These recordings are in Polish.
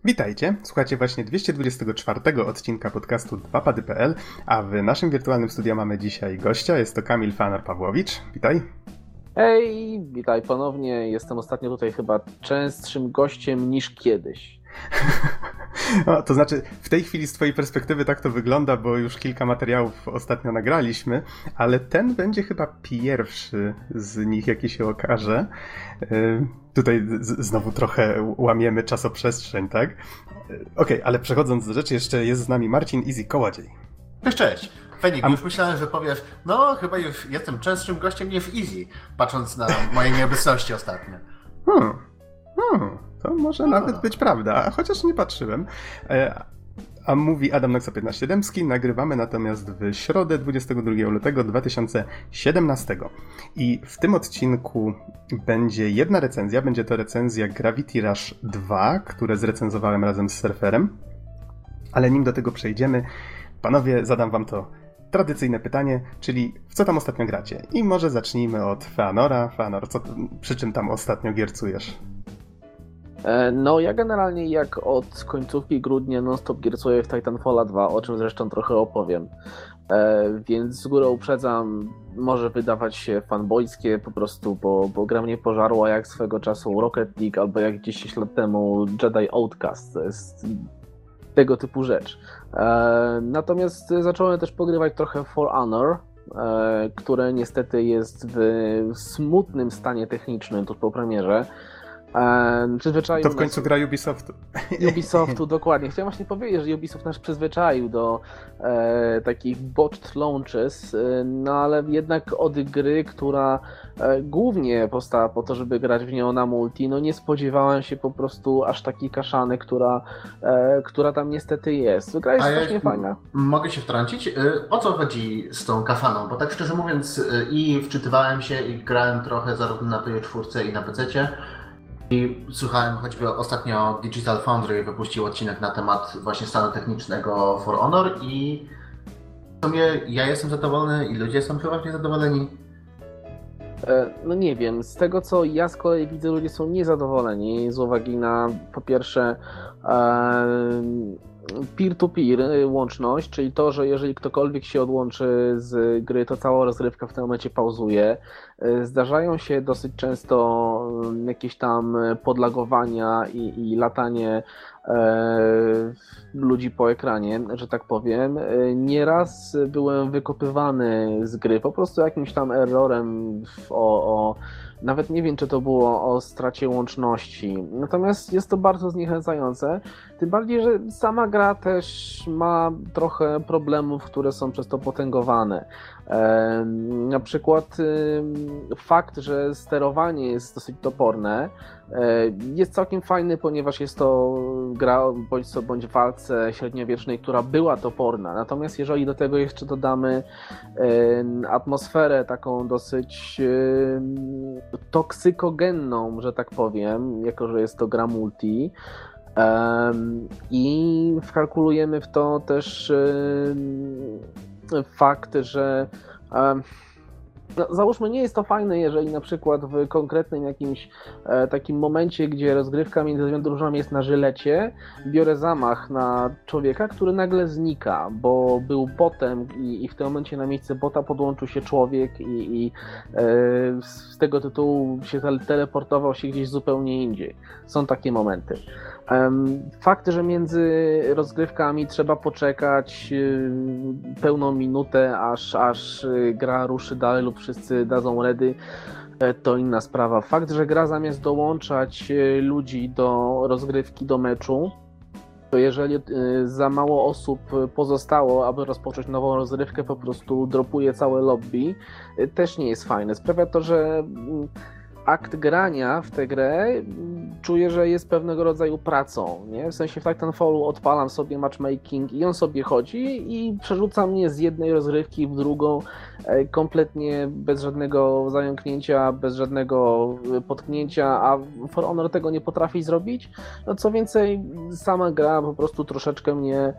Witajcie, słuchacie właśnie 224 odcinka podcastu 2pady.pl, a w naszym wirtualnym studiu mamy dzisiaj gościa, jest to Kamil Fanar-Pawłowicz. Witaj. Hej, witaj ponownie. Jestem ostatnio tutaj chyba częstszym gościem niż kiedyś. No, to znaczy, w tej chwili z twojej perspektywy tak to wygląda, bo już kilka materiałów ostatnio nagraliśmy, ale ten będzie chyba pierwszy z nich, jaki się okaże. Tutaj znowu trochę łamiemy czasoprzestrzeń, tak? Okej, ale przechodząc do rzeczy, jeszcze jest z nami Marcin Easy Kołodziej. Cześć. Fenik, już myślałem, że powiesz, chyba już jestem częstszym gościem niż Easy, patrząc na moje nieobecności ostatnio. To może nawet być prawda, chociaż nie patrzyłem. A mówi Adam Noxa-15 Dębski, nagrywamy natomiast w środę 22 lutego 2017. I w tym odcinku będzie jedna recenzja, będzie to recenzja Gravity Rush 2, które zrecenzowałem razem z Surferem. Ale nim do tego przejdziemy, panowie, zadam wam to tradycyjne pytanie, czyli w co tam ostatnio gracie? I może zacznijmy od Feanora. Feanor, przy czym tam ostatnio giercujesz? No, ja generalnie jak od końcówki grudnia non-stop giercuję w Titanfalla 2, o czym zresztą trochę opowiem. Więc z góry uprzedzam, może wydawać się fanboyskie po prostu, bo gra mnie pożarła jak swego czasu Rocket League albo jak 10 lat temu Jedi Outcast. To jest tego typu rzecz. Natomiast zacząłem też pogrywać trochę For Honor, które niestety jest w smutnym stanie technicznym tuż po premierze. To w końcu gra Ubisoftu. Ubisoftu, dokładnie. Chciałem właśnie powiedzieć, że Ubisoft nas przyzwyczaił do takich botched launches, no ale jednak od gry, która głównie powstała po to, żeby grać w nią na multi, no nie spodziewałem się po prostu aż takiej kaszany, która tam niestety jest. Gra jest strasznie fajna. Mogę się wtrącić? O co chodzi z tą kaszaną? Bo tak szczerze mówiąc i wczytywałem się i grałem trochę zarówno na PS4 i na PC-cie. I słuchałem choćby ostatnio Digital Foundry wypuścił odcinek na temat właśnie stanu technicznego For Honor i w sumie ja jestem zadowolony i ludzie są przeważnie zadowoleni. No nie wiem, z tego co ja z kolei widzę, ludzie są niezadowoleni z uwagi na po pierwsze peer-to-peer łączność, czyli to, że jeżeli ktokolwiek się odłączy z gry, to cała rozgrywka w tym momencie pauzuje. Zdarzają się dosyć często jakieś tam podlagowania i latanie ludzi po ekranie, że tak powiem. Nieraz byłem wykopywany z gry po prostu jakimś tam errorem nawet nie wiem, czy to było o stracie łączności. Natomiast jest to bardzo zniechęcające. Tym bardziej, że sama gra też ma trochę problemów, które są przez to potęgowane. Na przykład fakt, że sterowanie jest dosyć toporne, jest całkiem fajny, ponieważ jest to gra bądź w walce średniowiecznej, która była toporna. Natomiast jeżeli do tego jeszcze dodamy atmosferę taką dosyć toksykogenną, że tak powiem, jako że jest to gra multi, i wkalkulujemy w to też fakt, że no, załóżmy, nie jest to fajne, jeżeli na przykład w konkretnym jakimś takim momencie, gdzie rozgrywka między dwiema drużynami jest na żylecie, biorę zamach na człowieka, który nagle znika, bo był botem i w tym momencie na miejsce bota podłączył się człowiek i z tego tytułu się teleportował się gdzieś zupełnie indziej. Są takie momenty. Fakt, że między rozgrywkami trzeba poczekać pełną minutę, aż gra ruszy dalej lub wszyscy dadzą ready, to inna sprawa. Fakt, że gra zamiast dołączać ludzi do rozgrywki, do meczu, to jeżeli za mało osób pozostało, aby rozpocząć nową rozgrywkę, po prostu dropuje całe lobby, też nie jest fajne. Sprawia to, że akt grania w tę grę czuję, że jest pewnego rodzaju pracą, nie? W sensie w Titanfallu odpalam sobie matchmaking i on sobie chodzi i przerzuca mnie z jednej rozgrywki w drugą kompletnie bez żadnego zająknięcia, bez żadnego potknięcia, a For Honor tego nie potrafi zrobić. No co więcej, sama gra po prostu troszeczkę mnie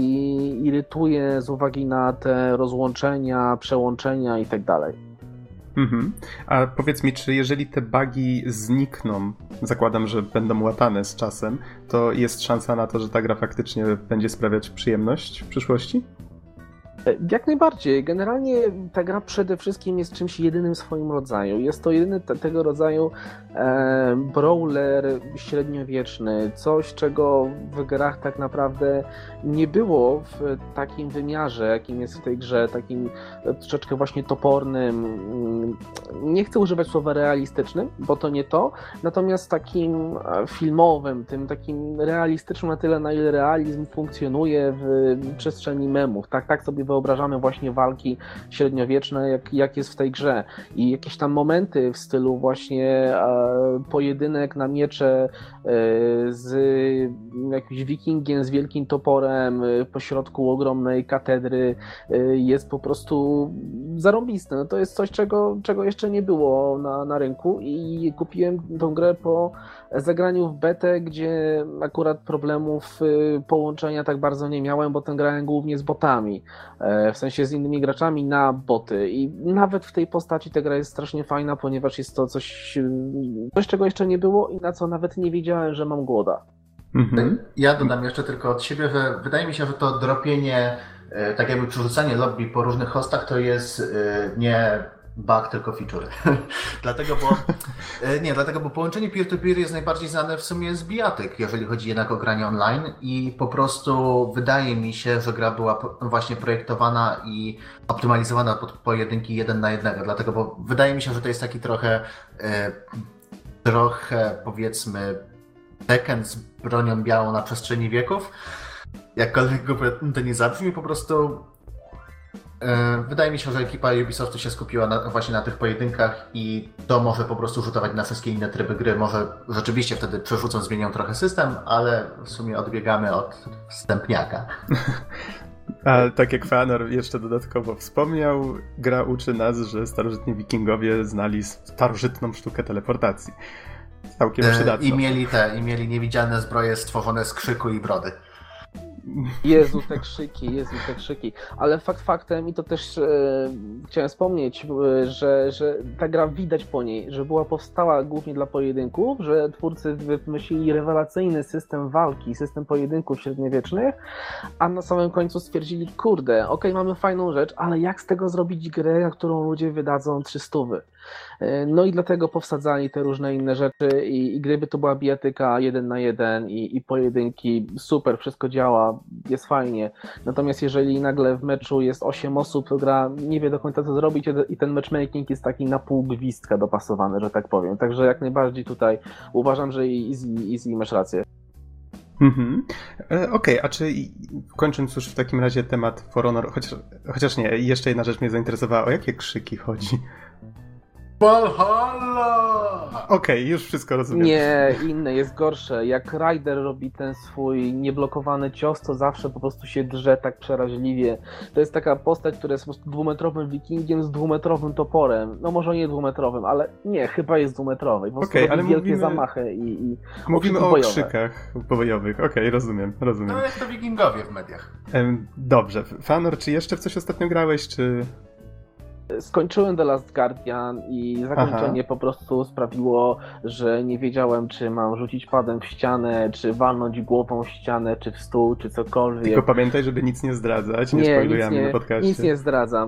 irytuje z uwagi na te rozłączenia, przełączenia i tak dalej. Mhm. A powiedz mi, czy jeżeli te bugi znikną, zakładam, że będą łatane z czasem, to jest szansa na to, że ta gra faktycznie będzie sprawiać przyjemność w przyszłości? Jak najbardziej. Generalnie ta gra przede wszystkim jest czymś jedynym w swoim rodzaju. Jest to jedyny tego rodzaju brawler średniowieczny. Coś, czego w grach tak naprawdę nie było w takim wymiarze, jakim jest w tej grze, takim troszeczkę właśnie topornym. Nie chcę używać słowa realistycznym, bo to nie to. Natomiast takim filmowym, tym takim realistycznym na tyle, na ile realizm funkcjonuje w przestrzeni memów. Tak sobie wyobrażamy właśnie walki średniowieczne, jak jest w tej grze. I jakieś tam momenty w stylu właśnie pojedynek na miecze z jakimś wikingiem z wielkim toporem pośrodku ogromnej katedry jest po prostu zarąbiste. No to jest coś, czego jeszcze nie było na rynku i kupiłem tą grę po zagraniu w betę, gdzie akurat problemów połączenia tak bardzo nie miałem, bo ten grałem głównie z botami, w sensie z innymi graczami na boty i nawet w tej postaci ta gra jest strasznie fajna, ponieważ jest to coś czego jeszcze nie było i na co nawet nie wiedziałem, że mam głoda. Mhm. Ja dodam jeszcze tylko od siebie, że wydaje mi się, że to dropienie, tak jakby przerzucanie lobby po różnych hostach to jest nie bug, tylko feature. Dlatego, bo połączenie peer-to-peer jest najbardziej znane w sumie z bijatyk, jeżeli chodzi jednak o granie online i po prostu wydaje mi się, że gra była właśnie projektowana i optymalizowana pod pojedynki 1 na 1, dlatego, bo wydaje mi się, że to jest taki trochę powiedzmy Tekken z bronią białą na przestrzeni wieków. Jakkolwiek to nie zabrzmi, po prostu wydaje mi się, że ekipa Ubisoftu się skupiła właśnie na tych pojedynkach i to może po prostu rzutować na wszystkie inne tryby gry. Może rzeczywiście wtedy przerzucą, zmienią trochę system, ale w sumie odbiegamy od wstępniaka. A tak jak Feanor jeszcze dodatkowo wspomniał, gra uczy nas, że starożytni wikingowie znali starożytną sztukę teleportacji. Całkiem przydatną. I mieli niewidzialne zbroje stworzone z krzyku i brody. Jezu, te krzyki. Ale fakt faktem, i to też chciałem wspomnieć, że ta gra widać po niej, że powstała głównie dla pojedynków, że twórcy wymyślili rewelacyjny system walki, system pojedynków średniowiecznych, a na samym końcu stwierdzili, kurde, okej, mamy fajną rzecz, ale jak z tego zrobić grę, na którą ludzie wydadzą 300? No i dlatego powsadzali te różne inne rzeczy i gdyby to była bijatyka 1 na 1 i pojedynki, super, wszystko działa, jest fajnie. Natomiast jeżeli nagle w meczu jest 8 osób, to gra nie wie do końca co zrobić i ten matchmaking jest taki na pół gwizdka dopasowany, że tak powiem. Także jak najbardziej tutaj uważam, że easy masz rację. Mhm. Okej, a czy kończąc już w takim razie temat For Honor, chociaż nie, jeszcze jedna rzecz mnie zainteresowała, o jakie krzyki chodzi? Valhalla! Okej, już wszystko rozumiem. Nie, inne, jest gorsze. Jak Ryder robi ten swój nieblokowany cios, to zawsze po prostu się drze tak przeraźliwie. To jest taka postać, która jest po prostu dwumetrowym wikingiem z dwumetrowym toporem. No może nie dwumetrowym, ale nie, chyba jest dwumetrowy. Po prostu robi wielkie zamachy i mówimy o krzykach bojowych. Okej, rozumiem. No jak to wikingowie w mediach. Dobrze. Feanor, czy jeszcze w coś ostatnio grałeś, czy... Skończyłem The Last Guardian i zakończenie po prostu sprawiło, że nie wiedziałem, czy mam rzucić padem w ścianę, czy walnąć głową w ścianę, czy w stół, czy cokolwiek. Tylko pamiętaj, żeby nic nie zdradzać, nie spoilujemy na podcaście. Nic nie zdradzam.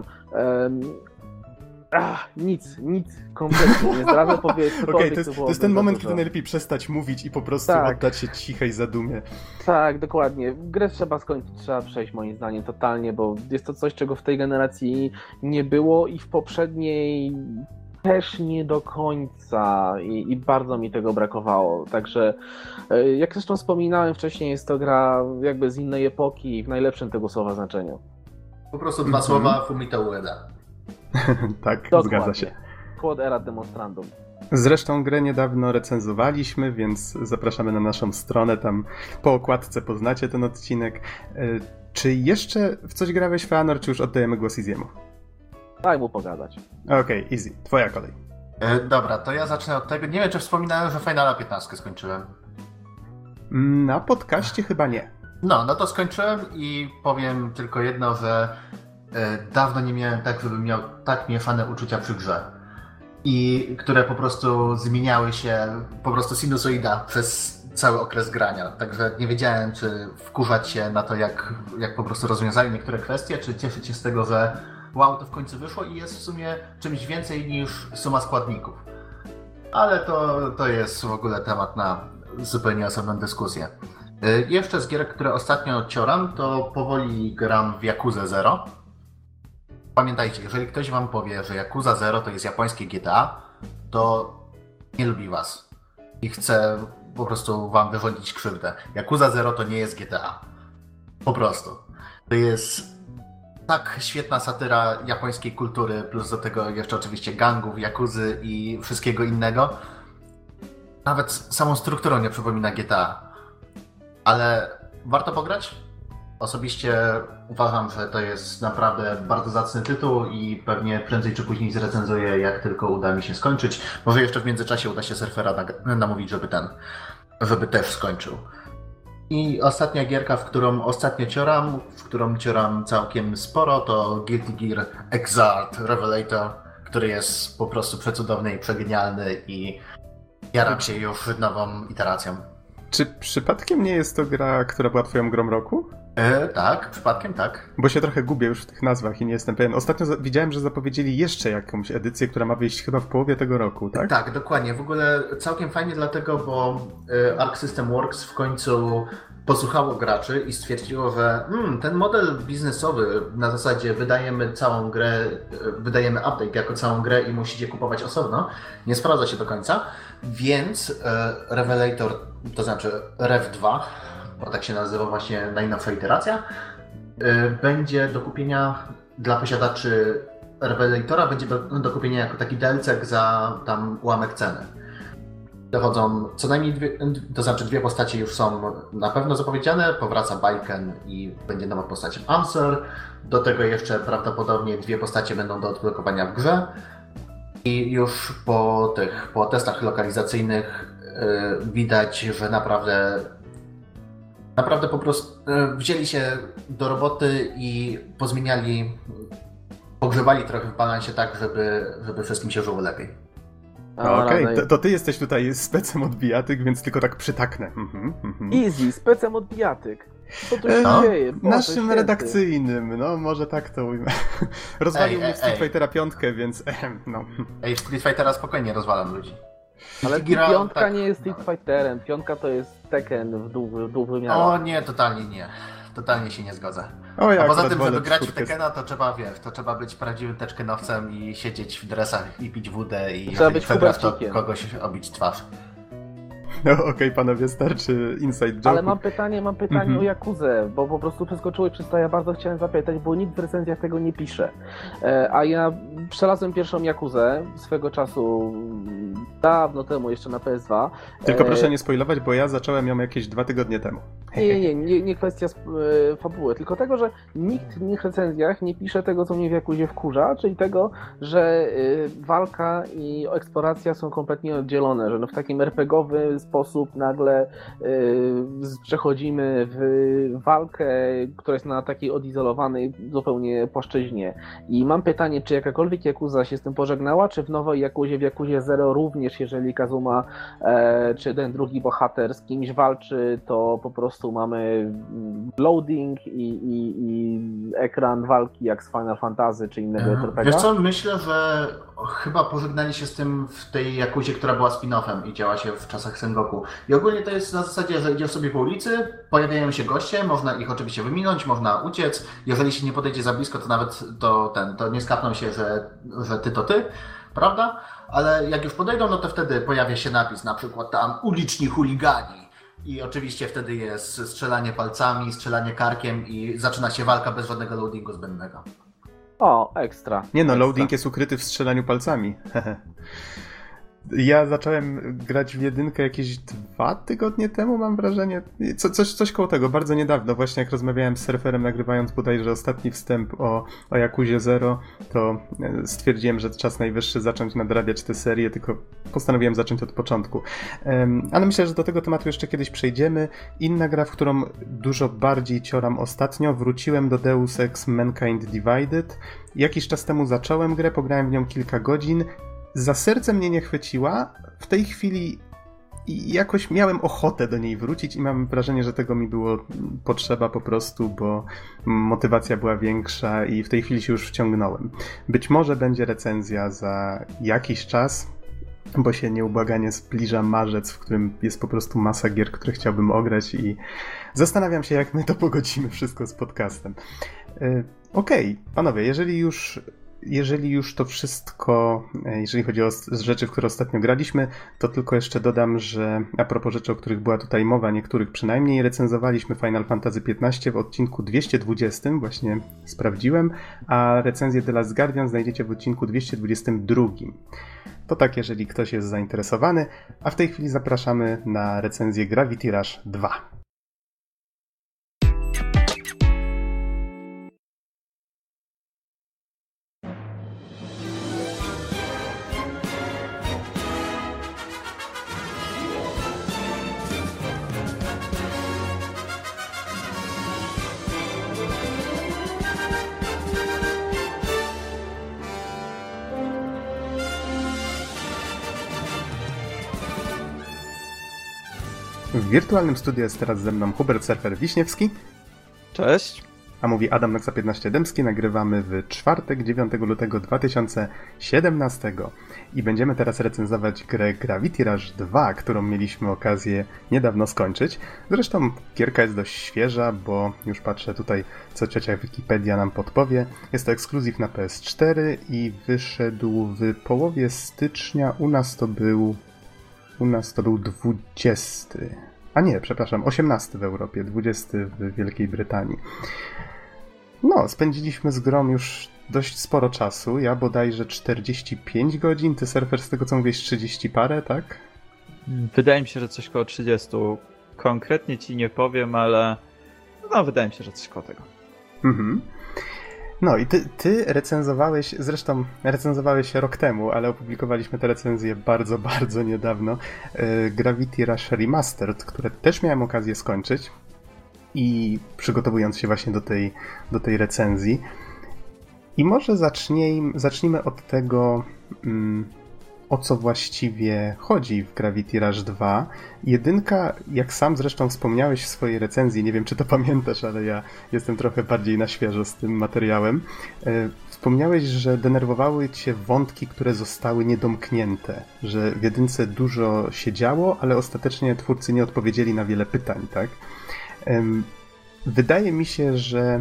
Nic, kompletnie nie zdradzę, Okej, to jest ten moment, kiedy najlepiej przestać mówić i po prostu oddać się cichej zadumie. Tak, dokładnie. Grę trzeba skończyć, trzeba przejść moim zdaniem totalnie, bo jest to coś, czego w tej generacji nie było i w poprzedniej też nie do końca i bardzo mi tego brakowało. Także jak zresztą wspominałem wcześniej, jest to gra jakby z innej epoki w najlepszym tego słowa znaczeniu. Po prostu dwa słowa, Fumito Ueda. Tak, dokładnie. Zgadza się. Quod erat demonstrandum. Zresztą grę niedawno recenzowaliśmy, więc zapraszamy na naszą stronę, tam po okładce poznacie ten odcinek. Czy jeszcze w coś grałeś, Feanor, czy już oddajemy głos Easy'emu? Daj mu pogadać. Okej, Easy, twoja kolej. Dobra, to ja zacznę od tego. Nie wiem, czy wspominałem, że Finala 15 skończyłem. Na podcaście chyba nie. No to skończyłem i powiem tylko jedno, że dawno nie miałem tak, żebym miał tak mieszane uczucia przy grze. i które po prostu zmieniały się, po prostu sinusoida przez cały okres grania. Także nie wiedziałem, czy wkurzać się na to, jak po prostu rozwiązali niektóre kwestie, czy cieszyć się z tego, że wow, to w końcu wyszło i jest w sumie czymś więcej niż suma składników. Ale to jest w ogóle temat na zupełnie osobną dyskusję. Jeszcze z gier, które ostatnio cioram, to powoli gram w Yakuzę Zero. Pamiętajcie, jeżeli ktoś wam powie, że Yakuza Zero to jest japońskie GTA, to nie lubi was i chce po prostu wam wyrządzić krzywdę. Yakuza Zero to nie jest GTA. Po prostu. To jest tak świetna satyra japońskiej kultury, plus do tego jeszcze oczywiście gangów, Yakuzy i wszystkiego innego. Nawet samą strukturą nie przypomina GTA. Ale warto pograć? Osobiście uważam, że to jest naprawdę bardzo zacny tytuł i pewnie prędzej czy później zrecenzuję, jak tylko uda mi się skończyć. Może jeszcze w międzyczasie uda się surfera namówić, żeby też skończył. I ostatnia gierka, w którą ostatnio cioram, w którą cioram całkiem sporo, to Guilty Gear Xrd Revelator, który jest po prostu przecudowny i przegenialny i jaram się już nową iteracją. Czy przypadkiem nie jest to gra, która była twoją grą roku? Tak, przypadkiem tak. Bo się trochę gubię już w tych nazwach i nie jestem pewien. Ostatnio widziałem, że zapowiedzieli jeszcze jakąś edycję, która ma wyjść chyba w połowie tego roku, tak? Tak, dokładnie. W ogóle całkiem fajnie dlatego, bo Arc System Works w końcu posłuchało graczy i stwierdziło, że ten model biznesowy na zasadzie wydajemy całą grę, wydajemy update jako całą grę i musicie kupować osobno, nie sprawdza się do końca, więc Revelator, to znaczy Rev 2, bo tak się nazywa właśnie najnowsza iteracja, będzie do kupienia dla posiadaczy Revelatora, będzie do kupienia jako taki DLC za tam ułamek ceny. Dochodzą co najmniej dwie postacie już są na pewno zapowiedziane, powraca Baiken i będzie nowa postać Answer. Do tego jeszcze prawdopodobnie 2 postacie będą do odblokowania w grze. I już po testach lokalizacyjnych widać, że naprawdę po prostu wzięli się do roboty i pogrzebali trochę w balansie tak, żeby wszystkim się żyło lepiej. Okej, to ty jesteś tutaj specem od bijatyk, więc tylko tak przytaknę. Easy, specem od bijatyk. Co tu się dzieje? Naszym redakcyjnym, no może tak to ujmę. Rozwalił mi Street Fightera 5, więc no. Ej, Street Fightera spokojnie rozwalam ludzi. Ale piątka tak, nie jest Street Fighterem, 5 to jest Tekken w dwóch wymiarach. O nie, totalnie nie. Totalnie się nie zgodzę. A poza tym, żeby grać w Tekkena, to trzeba być prawdziwym teczkenowcem i siedzieć w dresach i pić wódę i trzeba być to kogoś obić twarz. No okej, panowie, starczy inside joke. Ale mam pytanie o Yakuzę, bo po prostu przeskoczyłeś przez to, ja bardzo chciałem zapytać, bo nikt w recenzjach tego nie pisze. A ja przelazłem pierwszą Yakuzę swego czasu, dawno temu, jeszcze na PS2. Tylko proszę nie spoilować, bo ja zacząłem ją jakieś 2 tygodnie temu. Nie kwestia fabuły, tylko tego, że nikt w innych recenzjach nie pisze tego, co mnie w Yakuzie wkurza, czyli tego, że walka i eksploracja są kompletnie oddzielone, że no w takim RPGowy sposób nagle przechodzimy w walkę, która jest na takiej odizolowanej zupełnie płaszczyźnie. I mam pytanie, czy jakakolwiek Yakuza się z tym pożegnała, czy w nowej Yakuzie, w Yakuzie Zero również, jeżeli Kazuma czy ten drugi bohater z kimś walczy, to po prostu mamy loading i ekran walki jak z Final Fantasy czy innego RPG? Wiesz co, myślę, że chyba pożegnali się z tym w tej Yakuzie, która była spin-offem i działa się w czasach Sengoku. I ogólnie to jest na zasadzie, że idziesz sobie po ulicy, pojawiają się goście, można ich oczywiście wyminąć, można uciec. Jeżeli się nie podejdzie za blisko, to nawet to nie skapną się, że ty to ty, prawda? Ale jak już podejdą, no to wtedy pojawia się napis, na przykład tam uliczni chuligani. I oczywiście wtedy jest strzelanie palcami, strzelanie karkiem i zaczyna się walka bez żadnego loadingu zbędnego. O, ekstra. Nie no, loading jest ukryty w strzelaniu palcami. Ja zacząłem grać w jedynkę jakieś 2 tygodnie temu, mam wrażenie. Coś koło tego, bardzo niedawno. Właśnie jak rozmawiałem z surferem, nagrywając bodajże ostatni wstęp o Yakuzie Zero, to stwierdziłem, że czas najwyższy zacząć nadrabiać tę serię, tylko postanowiłem zacząć od początku. Ale myślę, że do tego tematu jeszcze kiedyś przejdziemy. Inna gra, w którą dużo bardziej cioram ostatnio, wróciłem do Deus Ex Mankind Divided. Jakiś czas temu zacząłem grę, pograłem w nią kilka godzin. za serce mnie nie chwyciła. W tej chwili jakoś miałem ochotę do niej wrócić i mam wrażenie, że tego mi było potrzeba po prostu, bo motywacja była większa i w tej chwili się już wciągnąłem. Być może będzie recenzja za jakiś czas, bo się nieubłaganie zbliża marzec, w którym jest po prostu masa gier, które chciałbym ograć i zastanawiam się, jak my to pogodzimy wszystko z podcastem. Okej, panowie, jeżeli już to wszystko, jeżeli chodzi o rzeczy, w które ostatnio graliśmy, to tylko jeszcze dodam, że a propos rzeczy, o których była tutaj mowa, niektórych przynajmniej, recenzowaliśmy Final Fantasy XV w odcinku 220, właśnie sprawdziłem, a recenzję The Last Guardian znajdziecie w odcinku 222. To tak, jeżeli ktoś jest zainteresowany, a w tej chwili zapraszamy na recenzję Gravity Rush 2. W wirtualnym studiu jest teraz ze mną Hubert Surfer Wiśniewski. Cześć. A mówi Adam Noxa 15 Dębski. Nagrywamy w czwartek, 9 lutego 2017 i będziemy teraz recenzować grę Gravity Rush 2, którą mieliśmy okazję niedawno skończyć. Zresztą gierka jest dość świeża, bo już patrzę tutaj, co ciocia Wikipedia nam podpowie. Jest to ekskluzyw na PS4 i wyszedł w połowie stycznia. U nas to był 20. A nie, przepraszam, 18 w Europie, 20 w Wielkiej Brytanii. No, spędziliśmy z grą już dość sporo czasu. Ja bodajże 45 godzin, ty Surfer z tego co mówisz 30 parę, tak? Wydaje mi się, że coś koło 30. Konkretnie ci nie powiem, ale no wydaje mi się, że coś koło tego. Mhm. No i ty recenzowałeś rok temu, ale opublikowaliśmy tę recenzję bardzo, bardzo niedawno. Gravity Rush Remastered, które też miałem okazję skończyć i przygotowując się właśnie do tej recenzji. I może zacznijmy od tego, o co właściwie chodzi w Gravity Rush 2. Jedynka, jak sam zresztą wspomniałeś w swojej recenzji, nie wiem czy to pamiętasz, ale ja jestem trochę bardziej na świeżo z tym materiałem. Wspomniałeś, że denerwowały cię wątki, które zostały niedomknięte, że w jedynce dużo się działo, ale ostatecznie twórcy nie odpowiedzieli na wiele pytań, tak? Wydaje mi się, że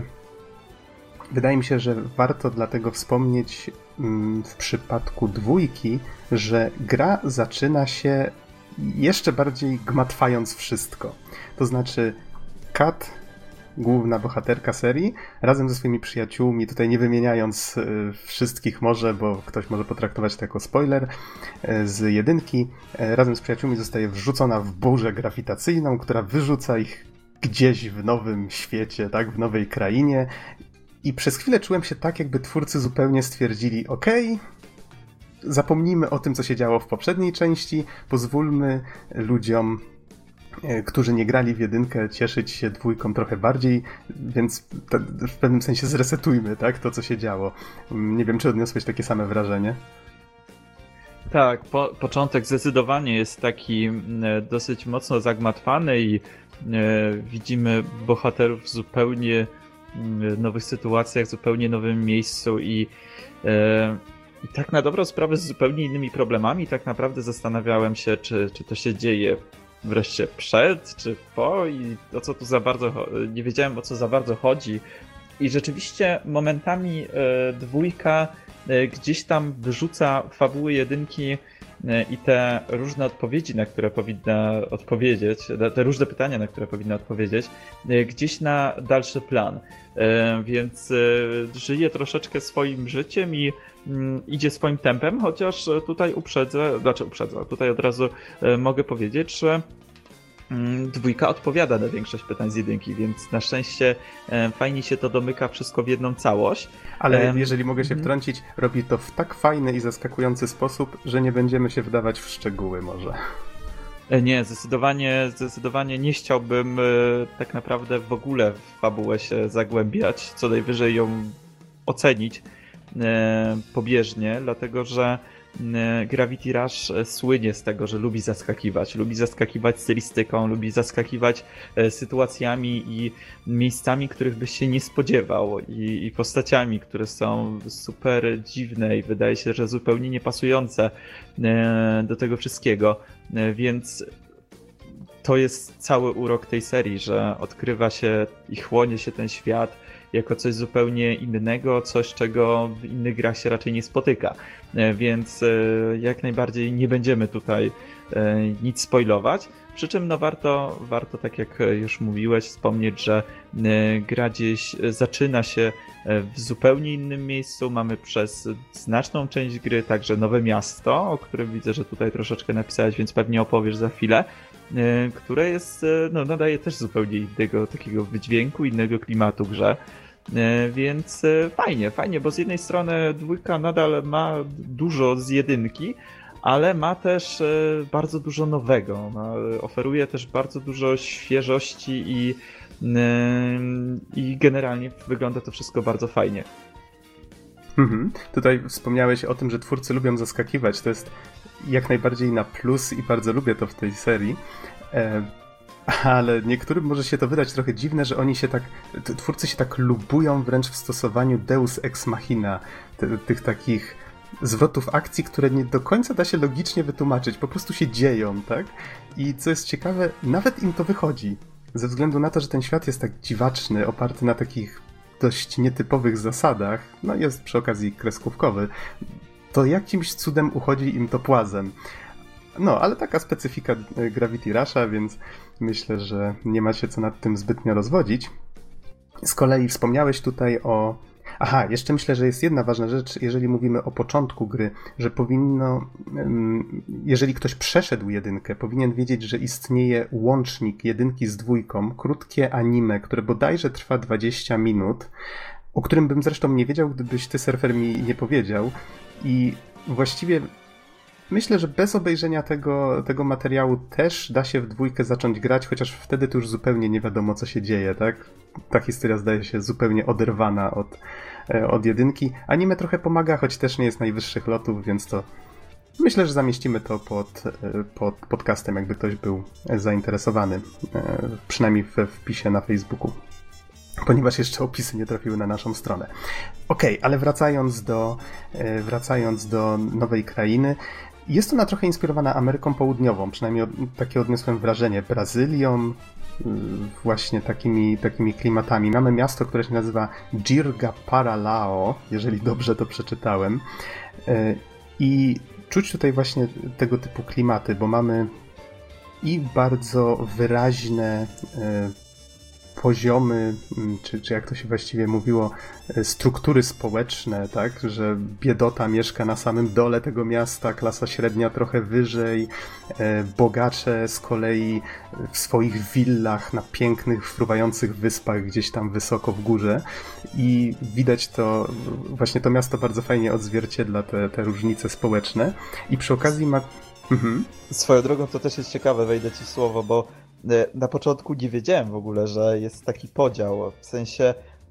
warto dlatego wspomnieć w przypadku dwójki, że gra zaczyna się jeszcze bardziej gmatwając wszystko. To znaczy Kat, główna bohaterka serii, razem ze swoimi przyjaciółmi, tutaj nie wymieniając wszystkich może, bo ktoś może potraktować to jako spoiler, z jedynki, razem z przyjaciółmi zostaje wrzucona w burzę grawitacyjną, która wyrzuca ich gdzieś w nowym świecie, tak, w nowej krainie. I przez chwilę czułem się tak, jakby twórcy zupełnie stwierdzili, okej, zapomnijmy o tym, co się działo w poprzedniej części, pozwólmy ludziom, którzy nie grali w jedynkę, cieszyć się dwójką trochę bardziej, więc w pewnym sensie zresetujmy, tak, to, co się działo. Nie wiem, czy odniosłeś takie same wrażenie? Tak, początek zdecydowanie jest taki dosyć mocno zagmatwany i widzimy bohaterów w zupełnie nowych sytuacjach, w zupełnie nowym miejscu i tak na dobrą sprawę z zupełnie innymi problemami. Tak naprawdę zastanawiałem się, czy to się dzieje wreszcie przed, czy po i o co tu za bardzo, nie wiedziałem o co za bardzo chodzi. I rzeczywiście momentami dwójka gdzieś tam wyrzuca fabuły jedynki i te różne odpowiedzi, na które powinna odpowiedzieć, te różne pytania, na które powinna odpowiedzieć, gdzieś na dalszy plan. Więc żyje troszeczkę swoim życiem i idzie swoim tempem, chociaż tutaj uprzedzę, tutaj od razu mogę powiedzieć, że dwójka odpowiada na większość pytań z jedynki, więc na szczęście fajnie się to domyka wszystko w jedną całość. Ale jeżeli mogę się wtrącić, robi to w tak fajny i zaskakujący sposób, że nie będziemy się wdawać w szczegóły może. Nie, zdecydowanie nie chciałbym tak naprawdę w ogóle w fabułę się zagłębiać, co najwyżej ją ocenić pobieżnie, dlatego że Gravity Rush słynie z tego, że lubi zaskakiwać stylistyką, lubi zaskakiwać sytuacjami i miejscami, których byś się nie spodziewał i postaciami, które są super dziwne i wydaje się, że zupełnie niepasujące do tego wszystkiego, więc to jest cały urok tej serii, że odkrywa się i chłonie się ten świat jako coś zupełnie innego, coś, czego w innych grach się raczej nie spotyka. Więc jak najbardziej nie będziemy tutaj nic spoilować. Przy czym no warto, tak jak już mówiłeś, wspomnieć, że gra gdzieś zaczyna się w zupełnie innym miejscu. Mamy przez znaczną część gry także nowe miasto, o którym widzę, że tutaj troszeczkę napisałeś, więc pewnie opowiesz za chwilę, które jest, no, nadaje też zupełnie innego takiego wydźwięku, innego klimatu grze. Więc fajnie, bo z jednej strony dwójka nadal ma dużo z jedynki, ale ma też bardzo dużo nowego. Oferuje też bardzo dużo świeżości i generalnie wygląda to wszystko bardzo fajnie. Tutaj wspomniałeś o tym, że twórcy lubią zaskakiwać. To jest jak najbardziej na plus i bardzo lubię to w tej serii. Ale niektórym może się to wydać trochę dziwne, że twórcy się tak lubują wręcz w stosowaniu Deus Ex Machina, tych takich zwrotów akcji, które nie do końca da się logicznie wytłumaczyć, po prostu się dzieją, tak? I co jest ciekawe, nawet im to wychodzi, ze względu na to, że ten świat jest tak dziwaczny, oparty na takich dość nietypowych zasadach, no jest przy okazji kreskówkowy, to jakimś cudem uchodzi im to płazem. No, ale taka specyfika Gravity Rusha, więc myślę, że nie ma się co nad tym zbytnio rozwodzić. Z kolei wspomniałeś tutaj o... Aha, jeszcze myślę, że jest jedna ważna rzecz, jeżeli mówimy o początku gry, że powinno, jeżeli ktoś przeszedł jedynkę, powinien wiedzieć, że istnieje łącznik jedynki z dwójką, krótkie anime, które bodajże trwa 20 minut, o którym bym zresztą nie wiedział, gdybyś ty, surfer, mi nie powiedział. I właściwie myślę, że bez obejrzenia tego materiału też da się w dwójkę zacząć grać, chociaż wtedy to już zupełnie nie wiadomo, co się dzieje, tak? Ta historia zdaje się zupełnie oderwana od jedynki. Anime trochę pomaga, choć też nie jest najwyższych lotów, więc to myślę, że zamieścimy to pod podcastem, jakby ktoś był zainteresowany, przynajmniej w wpisie na Facebooku, ponieważ jeszcze opisy nie trafiły na naszą stronę. Okej, ale wracając do nowej krainy, jest ona trochę inspirowana Ameryką Południową, przynajmniej takie odniosłem wrażenie, Brazylią, właśnie takimi klimatami. Mamy miasto, które się nazywa Jirga-Paralao, jeżeli dobrze to przeczytałem. I czuć tutaj właśnie tego typu klimaty, bo mamy i bardzo wyraźne poziomy, czy jak to się właściwie mówiło, struktury społeczne, tak, że biedota mieszka na samym dole tego miasta, klasa średnia trochę wyżej, bogacze z kolei w swoich willach na pięknych, fruwających wyspach gdzieś tam wysoko w górze i widać to, właśnie to miasto bardzo fajnie odzwierciedla te różnice społeczne i przy okazji ma... Swoją drogą to też jest ciekawe, wejdę ci w słowo, bo na początku nie wiedziałem w ogóle, że jest taki podział. W sensie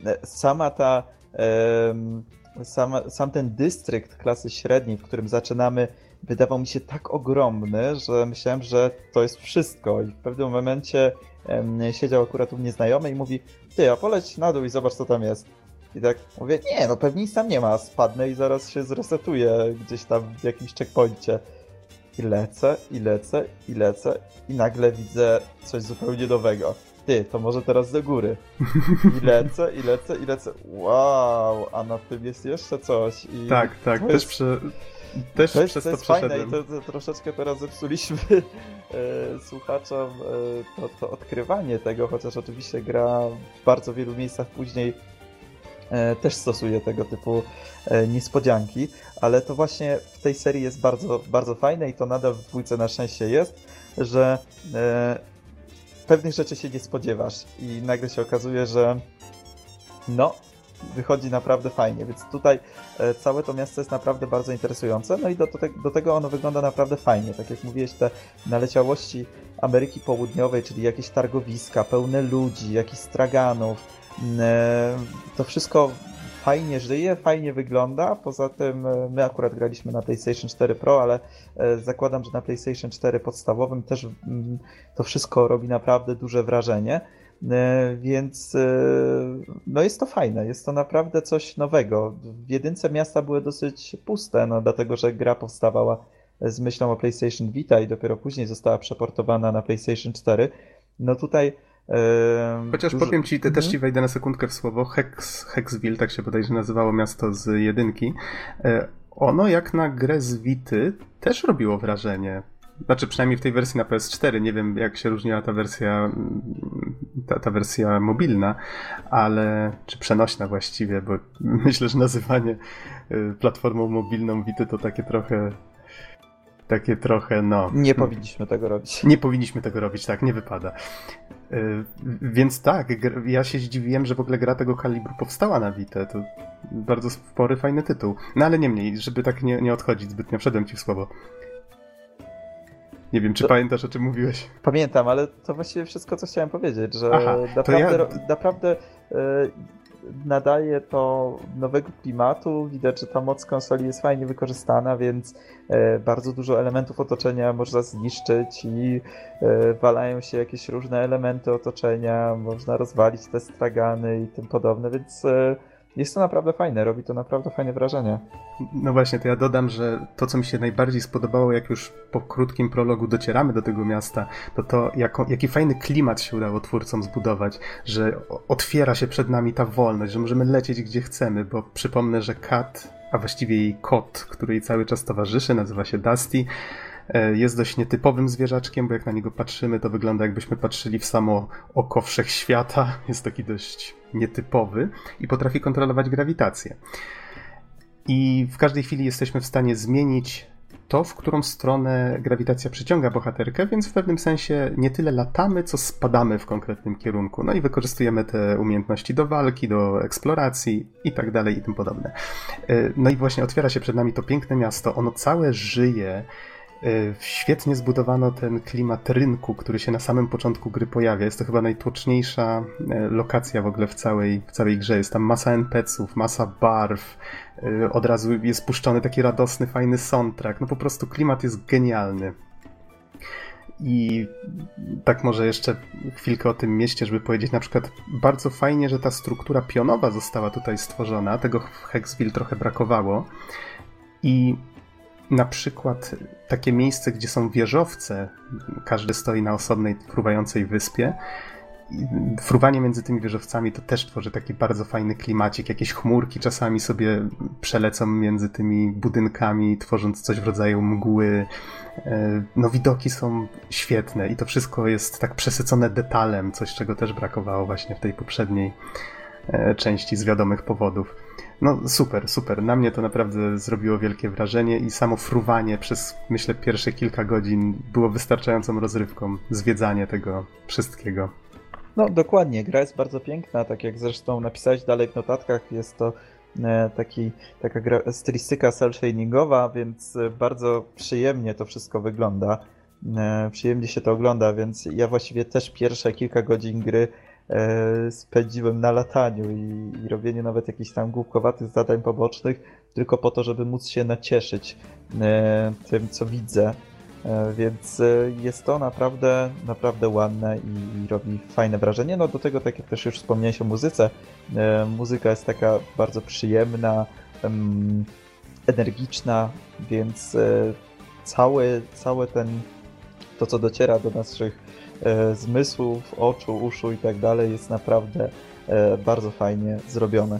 sam ten dystrykt klasy średniej, w którym zaczynamy, wydawał mi się tak ogromny, że myślałem, że to jest wszystko. I w pewnym momencie siedział akurat u mnie znajomy i mówi: ty, a poleć na dół i zobacz, co tam jest. I tak mówię: nie, no pewnie nic tam nie ma, spadnę i zaraz się zresetuję gdzieś tam w jakimś checkpoincie. I lecę i nagle widzę coś zupełnie nowego. Ty, to może teraz do góry. I lecę. Wow, a na tym jest jeszcze coś. I tak, też przez to fajne i to troszeczkę teraz zepsuliśmy słuchaczom to odkrywanie tego, chociaż oczywiście gra w bardzo wielu miejscach później też stosuje tego typu niespodzianki, ale to właśnie w tej serii jest bardzo, bardzo fajne i to nadal w dwójce na szczęście jest, że pewnych rzeczy się nie spodziewasz i nagle się okazuje, że no, wychodzi naprawdę fajnie, więc tutaj całe to miasto jest naprawdę bardzo interesujące, no i do tego ono wygląda naprawdę fajnie, tak jak mówiłeś, te naleciałości Ameryki Południowej, czyli jakieś targowiska pełne ludzi, jakichś straganów, to wszystko fajnie żyje, fajnie wygląda. Poza tym my akurat graliśmy na PlayStation 4 Pro, ale zakładam, że na PlayStation 4 podstawowym też to wszystko robi naprawdę duże wrażenie. Więc no jest to fajne, jest to naprawdę coś nowego. W jedynce miasta były dosyć puste, no dlatego że gra powstawała z myślą o PlayStation Vita i dopiero później została przeportowana na PlayStation 4. No tutaj chociaż powiem ci, też ci wejdę na sekundkę w słowo, Hexville, tak się bodajże nazywało miasto z jedynki. Ono jak na grę z Vity też robiło wrażenie. Znaczy przynajmniej w tej wersji na PS4, nie wiem jak się różniła ta wersja mobilna, ale czy przenośna właściwie, bo myślę, że nazywanie platformą mobilną Vity to takie trochę, no... Nie powinniśmy tego robić. Nie powinniśmy tego robić, tak, nie wypada. Więc tak, ja się zdziwiłem, że w ogóle gra tego kalibru powstała na Vita. To bardzo spory, fajny tytuł. No ale niemniej, żeby tak nie odchodzić zbytnio, wszedłem ci w słowo. Nie wiem, czy pamiętasz, o czym mówiłeś? Pamiętam, ale to właściwie wszystko, co chciałem powiedzieć, że naprawdę nadaje to nowego klimatu. Widać, że ta moc konsoli jest fajnie wykorzystana, więc bardzo dużo elementów otoczenia można zniszczyć i walają się jakieś różne elementy otoczenia, można rozwalić te stragany i tym podobne, więc jest to naprawdę fajne, robi to naprawdę fajne wrażenie. No właśnie, to ja dodam, że to, co mi się najbardziej spodobało, jak już po krótkim prologu docieramy do tego miasta, to jaki fajny klimat się udało twórcom zbudować, że otwiera się przed nami ta wolność, że możemy lecieć gdzie chcemy, bo przypomnę, że Kat, a właściwie jej kot, który jej cały czas towarzyszy, nazywa się Dusty, jest dość nietypowym zwierzaczkiem, bo jak na niego patrzymy, to wygląda jakbyśmy patrzyli w samo oko wszechświata. Jest taki dość nietypowy i potrafi kontrolować grawitację. I w każdej chwili jesteśmy w stanie zmienić to, w którą stronę grawitacja przyciąga bohaterkę, więc w pewnym sensie nie tyle latamy, co spadamy w konkretnym kierunku. No i wykorzystujemy te umiejętności do walki, do eksploracji i tak dalej i tym podobne. No i właśnie otwiera się przed nami to piękne miasto, ono całe żyje. Świetnie zbudowano ten klimat rynku, który się na samym początku gry pojawia. Jest to chyba najtłoczniejsza lokacja w ogóle w całej grze. Jest tam masa NPC-ów, masa barw. Od razu jest puszczony taki radosny, fajny soundtrack. No po prostu klimat jest genialny. I tak może jeszcze chwilkę o tym mieście, żeby powiedzieć, na przykład bardzo fajnie, że ta struktura pionowa została tutaj stworzona. Tego w Hexville trochę brakowało. I na przykład takie miejsce, gdzie są wieżowce, każdy stoi na osobnej, fruwającej wyspie. Fruwanie między tymi wieżowcami to też tworzy taki bardzo fajny klimacik. Jakieś chmurki czasami sobie przelecą między tymi budynkami, tworząc coś w rodzaju mgły. No widoki są świetne i to wszystko jest tak przesycone detalem, coś czego też brakowało właśnie w tej poprzedniej części z wiadomych powodów. No super. Na mnie to naprawdę zrobiło wielkie wrażenie i samo fruwanie przez, myślę, pierwsze kilka godzin było wystarczającą rozrywką, zwiedzanie tego wszystkiego. No dokładnie, gra jest bardzo piękna, tak jak zresztą napisałeś dalej w notatkach, jest to taka stylistyka cel-shaningowa, więc bardzo przyjemnie to wszystko wygląda, przyjemnie się to ogląda, więc ja właściwie też pierwsze kilka godzin gry spędziłem na lataniu i robieniu nawet jakichś tam głupkowatych zadań pobocznych, tylko po to, żeby móc się nacieszyć tym, co widzę. Więc jest to naprawdę ładne i robi fajne wrażenie. No do tego, tak jak też już wspomniałeś o muzyce, muzyka jest taka bardzo przyjemna, energiczna, więc całe to, co dociera do naszych zmysłów, oczu, uszu i tak dalej, jest naprawdę bardzo fajnie zrobione.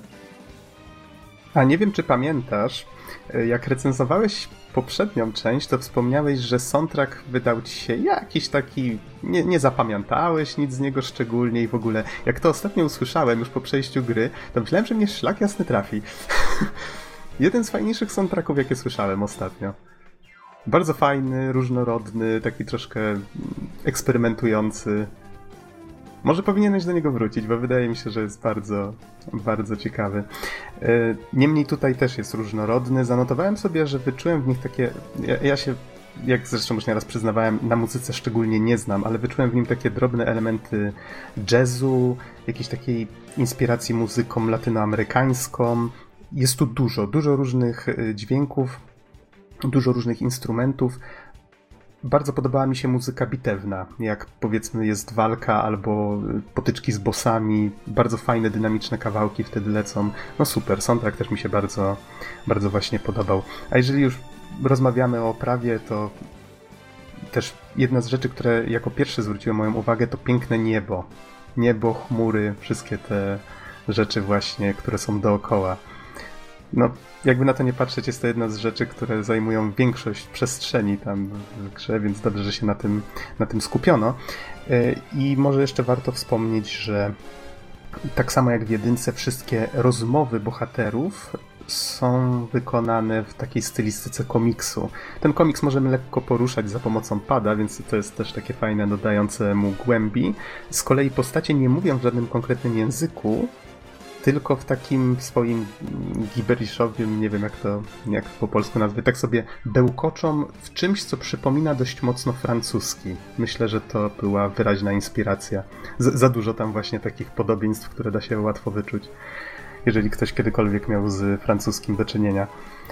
A nie wiem, czy pamiętasz, jak recenzowałeś poprzednią część, to wspomniałeś, że soundtrack wydał ci się jakiś taki... Nie zapamiętałeś nic z niego szczególnie i w ogóle. Jak to ostatnio usłyszałem już po przejściu gry, to myślałem, że mnie szlak jasny trafi. Jeden z fajniejszych soundtracków, jakie słyszałem ostatnio. Bardzo fajny, różnorodny, taki troszkę eksperymentujący. Może powinieneś do niego wrócić, bo wydaje mi się, że jest bardzo, bardzo ciekawy. Niemniej tutaj też jest różnorodny. Zanotowałem sobie, że wyczułem w nich takie... Ja się jak zresztą już nieraz przyznawałem, na muzyce szczególnie nie znam, ale wyczułem w nim takie drobne elementy jazzu, jakiejś takiej inspiracji muzyką latynoamerykańską. Jest tu dużo różnych dźwięków, dużo różnych instrumentów. Bardzo podobała mi się muzyka bitewna, jak powiedzmy jest walka albo potyczki z bossami. Bardzo fajne, dynamiczne kawałki wtedy lecą. No super, soundtrack też mi się bardzo, bardzo właśnie podobał. A jeżeli już rozmawiamy o oprawie, to też jedna z rzeczy, które jako pierwsze zwróciły moją uwagę, to piękne niebo. Niebo, chmury, wszystkie te rzeczy właśnie, które są dookoła. No, jakby na to nie patrzeć, jest to jedna z rzeczy, które zajmują większość przestrzeni tam w grze, więc dobrze, że się na tym skupiono. I może jeszcze warto wspomnieć, że tak samo jak w jedynce, wszystkie rozmowy bohaterów są wykonane w takiej stylistyce komiksu. Ten komiks możemy lekko poruszać za pomocą pada, więc to jest też takie fajne, dodające mu głębi. Z kolei postacie nie mówią w żadnym konkretnym języku, tylko w takim swoim gibberiszowym, nie wiem jak po polsku nazwać, tak sobie bełkoczą w czymś, co przypomina dość mocno francuski. Myślę, że to była wyraźna inspiracja. Za dużo tam właśnie takich podobieństw, które da się łatwo wyczuć, jeżeli ktoś kiedykolwiek miał z francuskim do czynienia.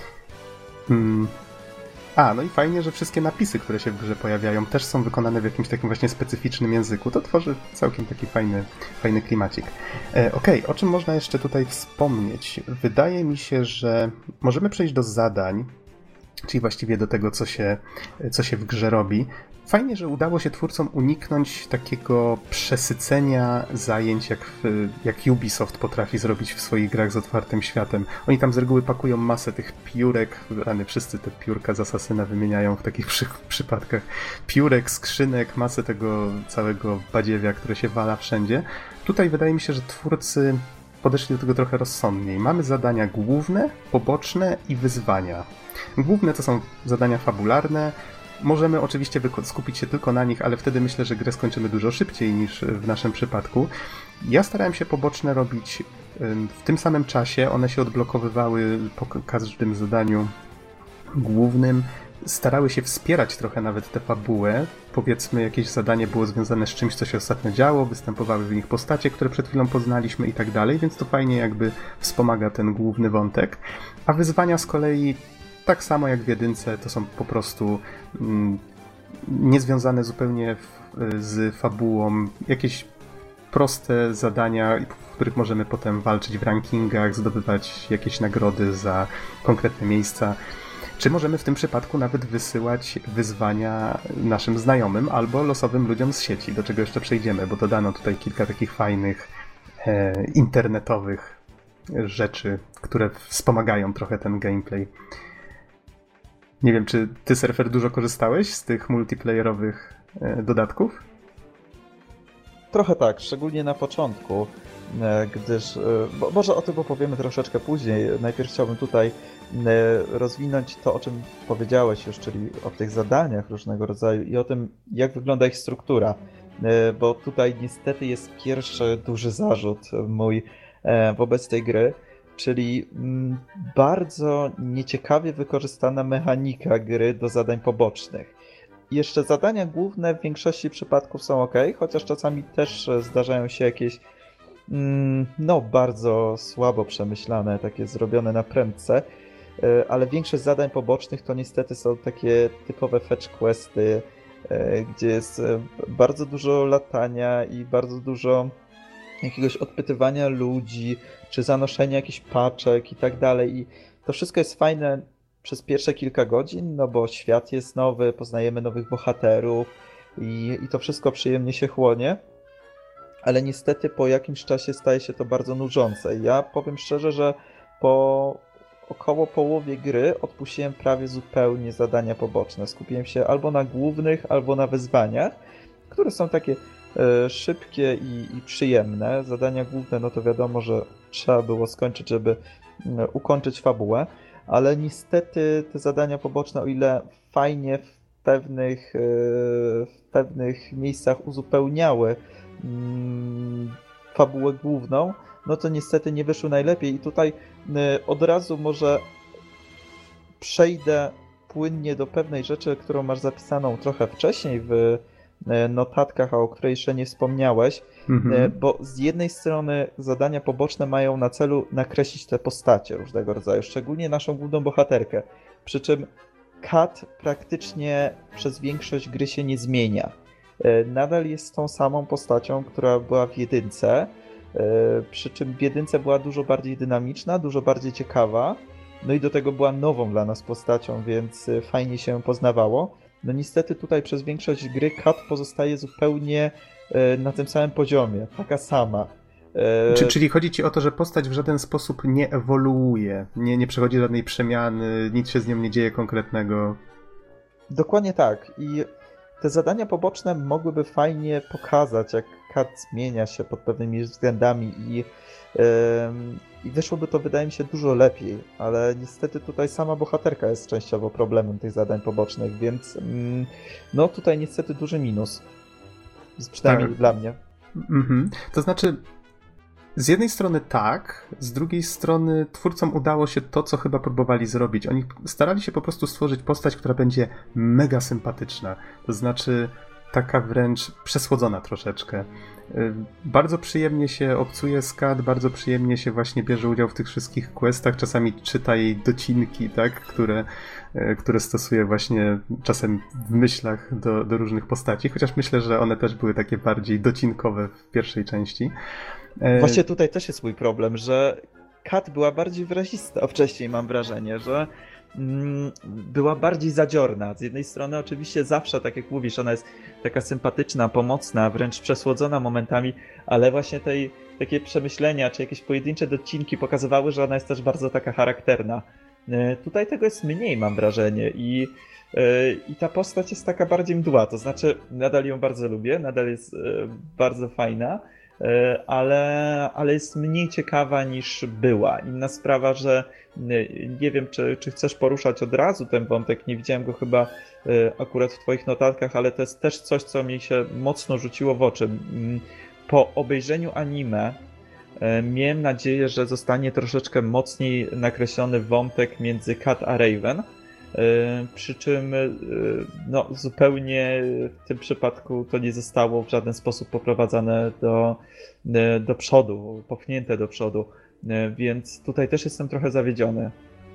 No i fajnie, że wszystkie napisy, które się w grze pojawiają, też są wykonane w jakimś takim właśnie specyficznym języku. To tworzy całkiem taki fajny klimacik. Okej, o czym można jeszcze tutaj wspomnieć? Wydaje mi się, że możemy przejść do zadań, czyli właściwie do tego, co się w grze robi. Fajnie, że udało się twórcom uniknąć takiego przesycenia zajęć, jak Ubisoft potrafi zrobić w swoich grach z otwartym światem. Oni tam z reguły pakują masę tych piórek, rany wszyscy te piórka z Asasyna wymieniają w takich przypadkach. Piórek, skrzynek, masę tego całego badziewia, które się wala wszędzie. Tutaj wydaje mi się, że twórcy podeszli do tego trochę rozsądniej. Mamy zadania główne, poboczne i wyzwania. Główne to są zadania fabularne. Możemy oczywiście skupić się tylko na nich, ale wtedy myślę, że grę skończymy dużo szybciej niż w naszym przypadku. Ja starałem się poboczne robić w tym samym czasie. One się odblokowywały po każdym zadaniu głównym. Starały się wspierać trochę nawet tę fabułę. Powiedzmy, jakieś zadanie było związane z czymś, co się ostatnio działo, występowały w nich postacie, które przed chwilą poznaliśmy i tak dalej, więc to fajnie jakby wspomaga ten główny wątek. A wyzwania z kolei tak samo jak w jedynce, to są po prostu niezwiązane zupełnie z fabułą, jakieś proste zadania, w których możemy potem walczyć w rankingach, zdobywać jakieś nagrody za konkretne miejsca. Czy możemy w tym przypadku nawet wysyłać wyzwania naszym znajomym albo losowym ludziom z sieci, do czego jeszcze przejdziemy, bo dodano tutaj kilka takich fajnych internetowych rzeczy, które wspomagają trochę ten gameplay. Nie wiem, czy ty, Surfer, dużo korzystałeś z tych multiplayerowych dodatków? Trochę tak, szczególnie na początku, gdyż, może o tym opowiemy troszeczkę później. Najpierw chciałbym tutaj rozwinąć to, o czym powiedziałeś już, czyli o tych zadaniach różnego rodzaju i o tym, jak wygląda ich struktura, bo tutaj niestety jest pierwszy duży zarzut mój wobec tej gry, czyli bardzo nieciekawie wykorzystana mechanika gry do zadań pobocznych. Jeszcze zadania główne w większości przypadków są ok, chociaż czasami też zdarzają się jakieś bardzo słabo przemyślane, takie zrobione na prędce, ale większość zadań pobocznych to niestety są takie typowe fetch questy, gdzie jest bardzo dużo latania i bardzo dużo jakiegoś odpytywania ludzi, czy zanoszenia jakichś paczek i tak dalej. I to wszystko jest fajne przez pierwsze kilka godzin, no bo świat jest nowy, poznajemy nowych bohaterów i to wszystko przyjemnie się chłonie, ale niestety po jakimś czasie staje się to bardzo nużące. Ja powiem szczerze, że po około połowie gry odpuściłem prawie zupełnie zadania poboczne. Skupiłem się albo na głównych, albo na wyzwaniach, które są takie szybkie i przyjemne. Zadania główne, no to wiadomo, że trzeba było skończyć, żeby ukończyć fabułę, ale niestety te zadania poboczne, o ile fajnie w pewnych miejscach uzupełniały fabułę główną, no to niestety nie wyszły najlepiej i tutaj od razu może przejdę płynnie do pewnej rzeczy, którą masz zapisaną trochę wcześniej w notatkach, a o której jeszcze nie wspomniałeś, bo z jednej strony zadania poboczne mają na celu nakreślić te postacie różnego rodzaju, szczególnie naszą główną bohaterkę, przy czym Kat praktycznie przez większość gry się nie zmienia. Nadal jest tą samą postacią, która była w jedynce, przy czym w jedynce była dużo bardziej dynamiczna, dużo bardziej ciekawa, no i do tego była nową dla nas postacią, więc fajnie się poznawało. No niestety tutaj przez większość gry Kat pozostaje zupełnie na tym samym poziomie, taka sama. Czyli chodzi ci o to, że postać w żaden sposób nie ewoluuje, nie przechodzi żadnej przemiany, nic się z nią nie dzieje konkretnego? Dokładnie tak. I te zadania poboczne mogłyby fajnie pokazać, jak Kat zmienia się pod pewnymi względami i wyszłoby to, wydaje mi się, dużo lepiej, ale niestety tutaj sama bohaterka jest częściowo problemem tych zadań pobocznych, więc no tutaj niestety duży minus. Przynajmniej dla mnie. To znaczy, z jednej strony tak, z drugiej strony twórcom udało się to, co chyba próbowali zrobić. Oni starali się po prostu stworzyć postać, która będzie mega sympatyczna. To znaczy taka wręcz przesłodzona troszeczkę. Bardzo przyjemnie się obcuje z Kat, bardzo przyjemnie się właśnie bierze udział w tych wszystkich questach, czasami czyta jej docinki, tak, które stosuje właśnie czasem w myślach do różnych postaci, chociaż myślę, że one też były takie bardziej docinkowe w pierwszej części. Właśnie tutaj też jest mój problem, że Kat była bardziej wyrazista wcześniej, mam wrażenie, że była bardziej zadziorna. Z jednej strony oczywiście zawsze, tak jak mówisz, ona jest taka sympatyczna, pomocna, wręcz przesłodzona momentami, ale właśnie takie przemyślenia, czy jakieś pojedyncze docinki pokazywały, że ona jest też bardzo taka charakterna. Tutaj tego jest mniej, mam wrażenie, i ta postać jest taka bardziej mdła, to znaczy nadal ją bardzo lubię, nadal jest bardzo fajna, ale jest mniej ciekawa niż była. Inna sprawa, że nie wiem, czy chcesz poruszać od razu ten wątek, nie widziałem go chyba akurat w twoich notatkach, ale to jest też coś, co mi się mocno rzuciło w oczy. Po obejrzeniu anime miałem nadzieję, że zostanie troszeczkę mocniej nakreślony wątek między Kat a Raven, przy czym no, zupełnie w tym przypadku to nie zostało w żaden sposób poprowadzane do przodu, popchnięte do przodu, więc tutaj też jestem trochę zawiedziony.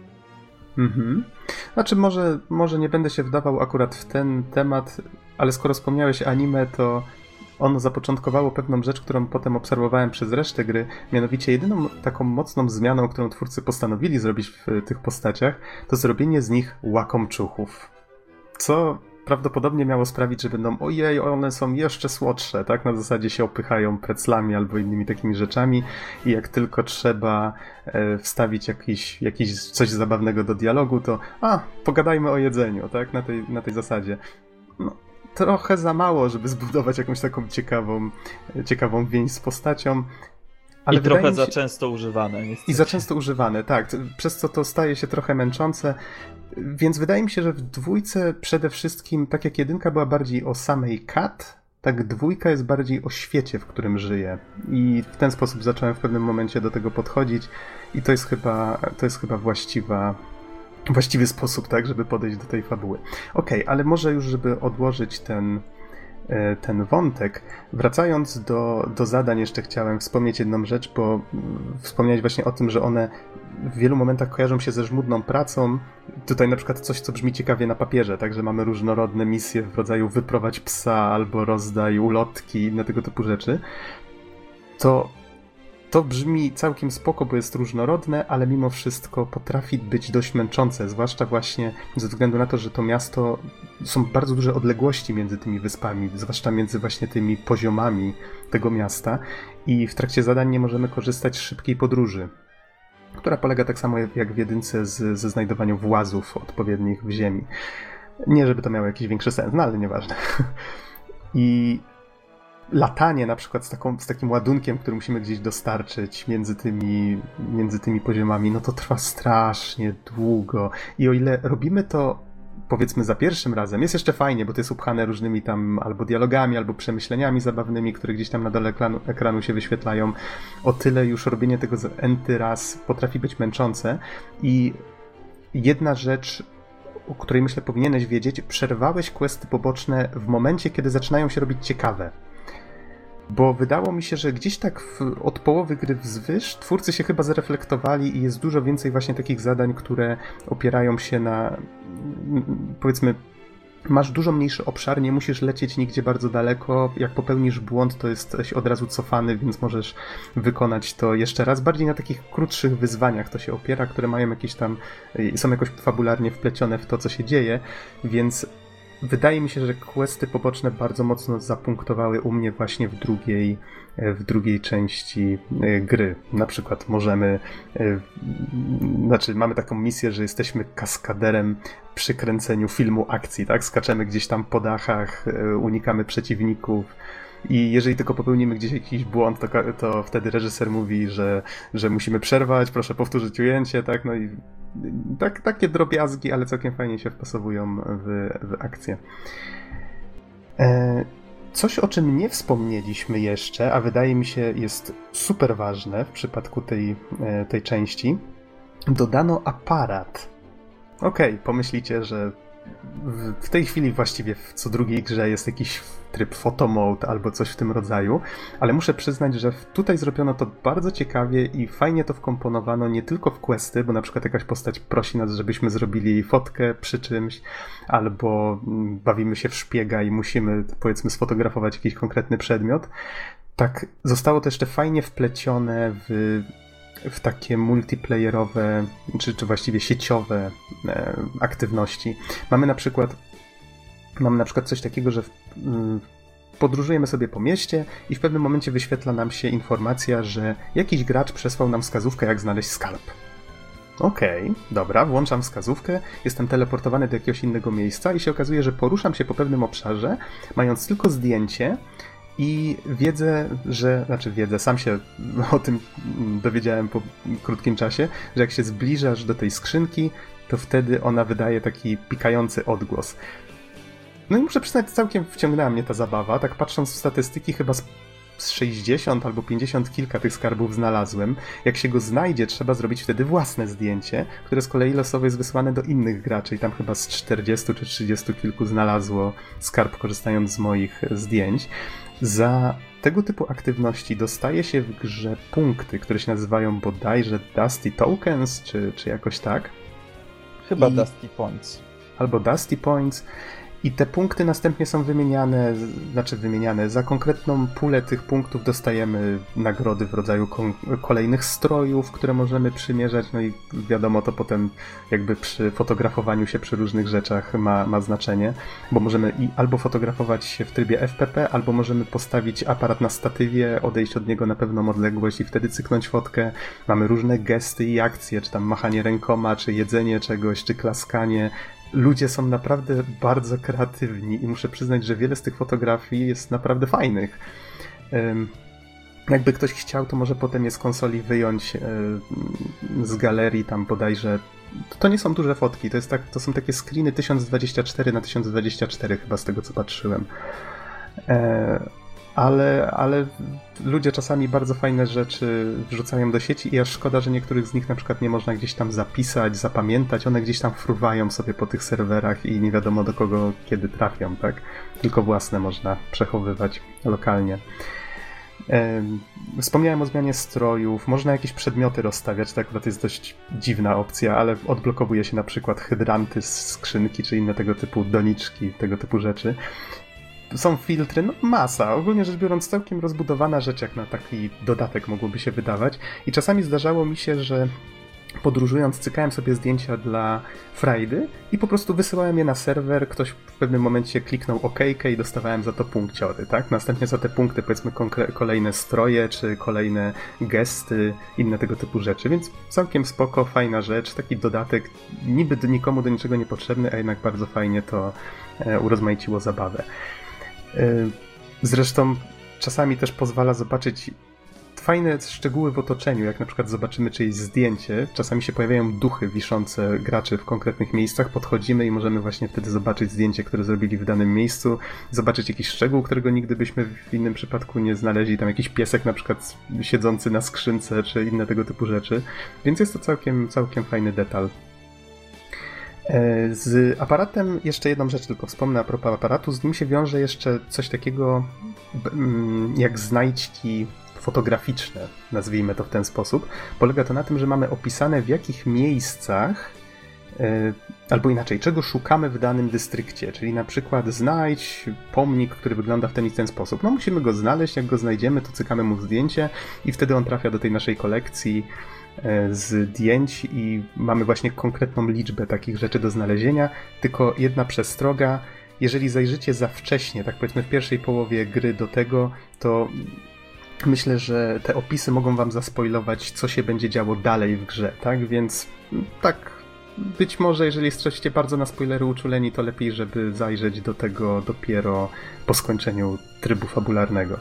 Znaczy może nie będę się wdawał akurat w ten temat, ale skoro wspomniałeś anime, to ono zapoczątkowało pewną rzecz, którą potem obserwowałem przez resztę gry, mianowicie jedyną taką mocną zmianą, którą twórcy postanowili zrobić w tych postaciach, to zrobienie z nich łakomczuchów. Co prawdopodobnie miało sprawić, że będą ojej, one są jeszcze słodsze, tak? Na zasadzie się opychają preclami albo innymi takimi rzeczami i jak tylko trzeba wstawić jakiś coś zabawnego do dialogu, to pogadajmy o jedzeniu, tak? Na tej zasadzie. No, trochę za mało, żeby zbudować jakąś taką ciekawą więź z postacią. Ale i trochę za często używane. Niestety. I za często używane, tak. Przez co to staje się trochę męczące. Więc wydaje mi się, że w dwójce przede wszystkim, tak jak jedynka była bardziej o samej Kat, tak dwójka jest bardziej o świecie, w którym żyje. I w ten sposób zacząłem w pewnym momencie do tego podchodzić i to jest chyba właściwy sposób, tak, żeby podejść do tej fabuły. Okej, ale może już, żeby odłożyć ten wątek. Wracając do zadań, jeszcze chciałem wspomnieć jedną rzecz, bo wspomniałeś właśnie o tym, że one w wielu momentach kojarzą się ze żmudną pracą. Tutaj na przykład coś, co brzmi ciekawie na papierze, tak, że mamy różnorodne misje w rodzaju wyprowadź psa albo rozdaj ulotki i inne tego typu rzeczy. To brzmi całkiem spoko, bo jest różnorodne, ale mimo wszystko potrafi być dość męczące, zwłaszcza właśnie ze względu na to, że to miasto, są bardzo duże odległości między tymi wyspami, zwłaszcza między właśnie tymi poziomami tego miasta i w trakcie zadań nie możemy korzystać z szybkiej podróży, która polega tak samo jak w jedynce ze znajdowaniem włazów odpowiednich w ziemi. Nie, żeby to miało jakiś większy sens, no ale nieważne. I latanie na przykład z takim ładunkiem, który musimy gdzieś dostarczyć między tymi poziomami, no to trwa strasznie długo. I o ile robimy to, powiedzmy, za pierwszym razem, jest jeszcze fajnie, bo to jest upchane różnymi tam albo dialogami, albo przemyśleniami zabawnymi, które gdzieś tam na dole ekranu się wyświetlają, o tyle już robienie tego z n-ty raz potrafi być męczące. I jedna rzecz, o której myślę powinieneś wiedzieć, przerwałeś questy poboczne w momencie, kiedy zaczynają się robić ciekawe. Bo wydało mi się, że gdzieś tak od połowy gry wzwyż twórcy się chyba zreflektowali i jest dużo więcej właśnie takich zadań, które opierają się na, powiedzmy, masz dużo mniejszy obszar, nie musisz lecieć nigdzie bardzo daleko. Jak popełnisz błąd, to jesteś od razu cofany, więc możesz wykonać to jeszcze raz. Bardziej na takich krótszych wyzwaniach to się opiera, które mają jakieś tam, są jakoś fabularnie wplecione w to, co się dzieje, więc wydaje mi się, że questy poboczne bardzo mocno zapunktowały u mnie właśnie w drugiej części gry. Na przykład mamy taką misję, że jesteśmy kaskaderem przy kręceniu filmu akcji, tak? Skaczemy gdzieś tam po dachach, unikamy przeciwników i jeżeli tylko popełnimy gdzieś jakiś błąd, to wtedy reżyser mówi, że musimy przerwać, proszę powtórzyć ujęcie, tak? No i takie drobiazgi, ale całkiem fajnie się wpasowują w akcję. Coś, o czym nie wspomnieliśmy jeszcze, a wydaje mi się jest super ważne w przypadku tej części, dodano aparat. Okej, pomyślicie, że w tej chwili właściwie w co drugiej grze jest jakiś tryb photo mode albo coś w tym rodzaju, ale muszę przyznać, że tutaj zrobiono to bardzo ciekawie i fajnie to wkomponowano nie tylko w questy, bo na przykład jakaś postać prosi nas, żebyśmy zrobili fotkę przy czymś, albo bawimy się w szpiega i musimy, powiedzmy, sfotografować jakiś konkretny przedmiot. Tak, zostało to jeszcze fajnie wplecione w takie multiplayerowe, czy właściwie sieciowe aktywności. Mamy na przykład coś takiego, że podróżujemy sobie po mieście i w pewnym momencie wyświetla nam się informacja, że jakiś gracz przesłał nam wskazówkę, jak znaleźć skarb. Okej, dobra, włączam wskazówkę, jestem teleportowany do jakiegoś innego miejsca i się okazuje, że poruszam się po pewnym obszarze, mając tylko zdjęcie i sam się o tym dowiedziałem po krótkim czasie, że jak się zbliżasz do tej skrzynki, to wtedy ona wydaje taki pikający odgłos. No i muszę przyznać, całkiem wciągnęła mnie ta zabawa. Tak patrząc w statystyki, chyba z 60 albo 50 kilka tych skarbów znalazłem. Jak się go znajdzie, trzeba zrobić wtedy własne zdjęcie, które z kolei losowo jest wysłane do innych graczy i tam chyba z 40 czy 30 kilku znalazło skarb, korzystając z moich zdjęć. Za tego typu aktywności dostaje się w grze punkty, które się nazywają bodajże Dusty Tokens, czy jakoś tak. Chyba Dusty Points. Albo Dusty Points. I te punkty następnie są wymieniane. Za konkretną pulę tych punktów dostajemy nagrody w rodzaju kolejnych strojów, które możemy przymierzać, no i wiadomo, to potem jakby przy fotografowaniu się przy różnych rzeczach ma znaczenie, bo możemy albo fotografować się w trybie FPP, albo możemy postawić aparat na statywie, odejść od niego na pewną odległość i wtedy cyknąć fotkę. Mamy różne gesty i akcje, czy tam machanie rękoma, czy jedzenie czegoś, czy klaskanie. Ludzie są naprawdę bardzo kreatywni i muszę przyznać, że wiele z tych fotografii jest naprawdę fajnych. Jakby ktoś chciał, to może potem je z konsoli wyjąć z galerii, tam bodajże. To nie są duże fotki, to są takie screeny 1024 na 1024 chyba, z tego co patrzyłem. Ale ludzie czasami bardzo fajne rzeczy wrzucają do sieci i aż szkoda, że niektórych z nich na przykład nie można gdzieś tam zapisać, zapamiętać. One gdzieś tam fruwają sobie po tych serwerach i nie wiadomo do kogo kiedy trafią, tak? Tylko własne można przechowywać lokalnie. Wspomniałem o zmianie strojów, można jakieś przedmioty rozstawiać, tak? To jest dość dziwna opcja, ale odblokowuje się na przykład hydranty z skrzynki, czy inne tego typu doniczki, tego typu rzeczy. Są filtry, no masa. Ogólnie rzecz biorąc całkiem rozbudowana rzecz, jak na taki dodatek mogłoby się wydawać. I czasami zdarzało mi się, że podróżując cykałem sobie zdjęcia dla frajdy i po prostu wysyłałem je na serwer, ktoś w pewnym momencie kliknął okejkę i dostawałem za to punkciory, tak? Następnie za te punkty, powiedzmy, kolejne stroje, czy kolejne gesty, inne tego typu rzeczy, więc całkiem spoko, fajna rzecz, taki dodatek, niby nikomu do niczego niepotrzebny, a jednak bardzo fajnie to urozmaiciło zabawę. Zresztą czasami też pozwala zobaczyć fajne szczegóły w otoczeniu, jak na przykład zobaczymy czyjeś zdjęcie. Czasami się pojawiają duchy wiszące graczy w konkretnych miejscach, podchodzimy i możemy właśnie wtedy zobaczyć zdjęcie, które zrobili w danym miejscu, zobaczyć jakiś szczegół, którego nigdy byśmy w innym przypadku nie znaleźli, tam jakiś piesek na przykład siedzący na skrzynce, czy inne tego typu rzeczy, więc jest to całkiem fajny detal. Z aparatem jeszcze jedną rzecz tylko wspomnę a propos aparatu. Z nim się wiąże jeszcze coś takiego jak znajdźki fotograficzne, nazwijmy to w ten sposób. Polega to na tym, że mamy opisane w jakich miejscach albo inaczej, czego szukamy w danym dystrykcie, czyli na przykład znajdź pomnik, który wygląda w ten i ten sposób. No musimy go znaleźć, jak go znajdziemy, to cykamy mu zdjęcie i wtedy on trafia do tej naszej kolekcji zdjęć i mamy właśnie konkretną liczbę takich rzeczy do znalezienia, tylko jedna przestroga, jeżeli zajrzycie za wcześnie, tak powiedzmy w pierwszej połowie gry do tego, to myślę, że te opisy mogą wam zaspoilować, co się będzie działo dalej w grze, tak? Więc tak, być może jeżeli jesteście bardzo na spoilery uczuleni, to lepiej, żeby zajrzeć do tego dopiero po skończeniu trybu fabularnego.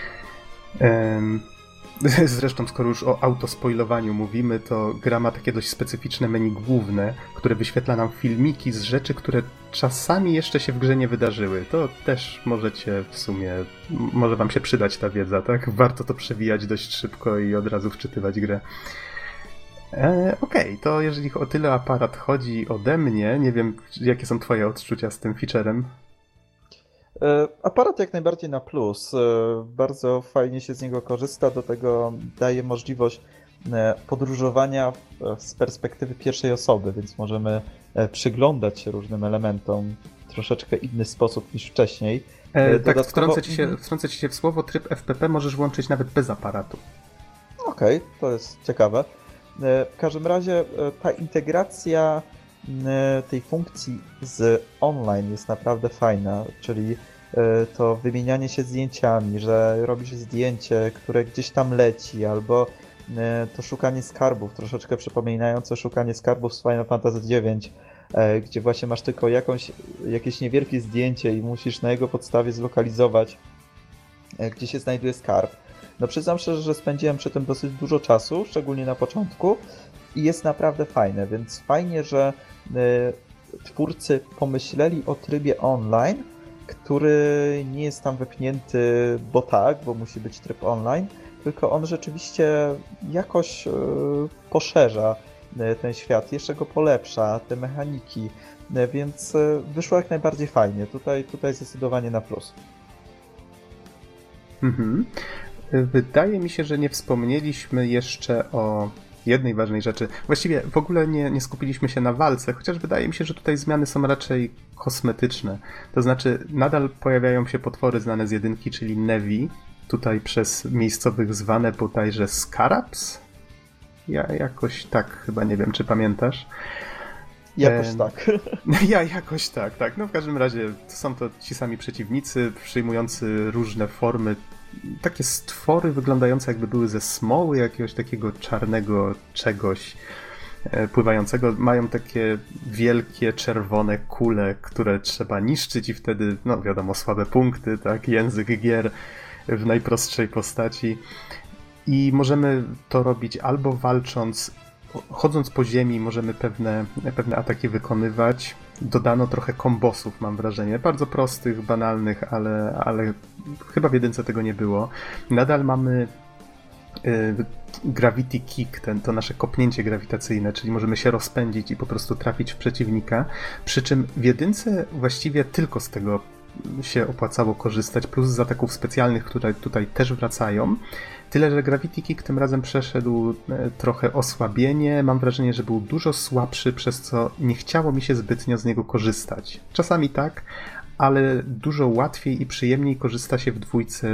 Zresztą, skoro już o autospoilowaniu mówimy, to gra ma takie dość specyficzne menu główne, które wyświetla nam filmiki z rzeczy, które czasami jeszcze się w grze nie wydarzyły. To też możecie w sumie, może wam się przydać ta wiedza, tak? Warto to przewijać dość szybko i od razu wczytywać grę. Okej, to jeżeli o tyle aparat chodzi ode mnie, nie wiem, jakie są twoje odczucia z tym featurem? Aparat jak najbardziej na plus. Bardzo fajnie się z niego korzysta, do tego daje możliwość podróżowania z perspektywy pierwszej osoby, więc możemy przyglądać się różnym elementom w troszeczkę inny sposób niż wcześniej. Tak, wtrącę ci się w słowo, tryb FPP możesz włączyć nawet bez aparatu. Okej, to jest ciekawe. W każdym razie ta integracja tej funkcji z online jest naprawdę fajna, czyli to wymienianie się zdjęciami, że robisz zdjęcie, które gdzieś tam leci, albo to szukanie skarbów, troszeczkę przypominające szukanie skarbów z Final Fantasy IX, gdzie właśnie masz tylko jakieś niewielkie zdjęcie i musisz na jego podstawie zlokalizować, gdzie się znajduje skarb. No przyznam szczerze, że spędziłem przy tym dosyć dużo czasu, szczególnie na początku i jest naprawdę fajne, więc fajnie, że twórcy pomyśleli o trybie online, który nie jest tam wepchnięty, bo tak, bo musi być tryb online, tylko on rzeczywiście jakoś poszerza ten świat, jeszcze go polepsza, te mechaniki, więc wyszło jak najbardziej fajnie. Tutaj zdecydowanie na plus. Wydaje mi się, że nie wspomnieliśmy jeszcze o jednej ważnej rzeczy. Właściwie w ogóle nie skupiliśmy się na walce, chociaż wydaje mi się, że tutaj zmiany są raczej kosmetyczne. To znaczy nadal pojawiają się potwory znane z jedynki, czyli Nevi, tutaj przez miejscowych zwane bodajże Scarabs? Ja jakoś tak chyba, nie wiem, czy pamiętasz? Jakoś tak. Ja jakoś tak. No w każdym razie są to ci sami przeciwnicy, przyjmujący różne formy. Takie stwory wyglądające jakby były ze smoły, jakiegoś takiego czarnego czegoś pływającego. Mają takie wielkie, czerwone kule, które trzeba niszczyć i wtedy, no wiadomo, słabe punkty, tak? Język gier w najprostszej postaci. I możemy to robić albo walcząc, chodząc po ziemi, możemy pewne ataki wykonywać. Dodano trochę kombosów, mam wrażenie. Bardzo prostych, banalnych, ale chyba w jedynce tego nie było. Nadal mamy gravity kick, to nasze kopnięcie grawitacyjne, czyli możemy się rozpędzić i po prostu trafić w przeciwnika. Przy czym w jedynce właściwie tylko z tego się opłacało korzystać, plus z ataków specjalnych, które tutaj też wracają. Tyle, że Gravity Kick tym razem przeszedł trochę osłabienie. Mam wrażenie, że był dużo słabszy, przez co nie chciało mi się zbytnio z niego korzystać. Czasami tak, ale dużo łatwiej i przyjemniej korzysta się w dwójce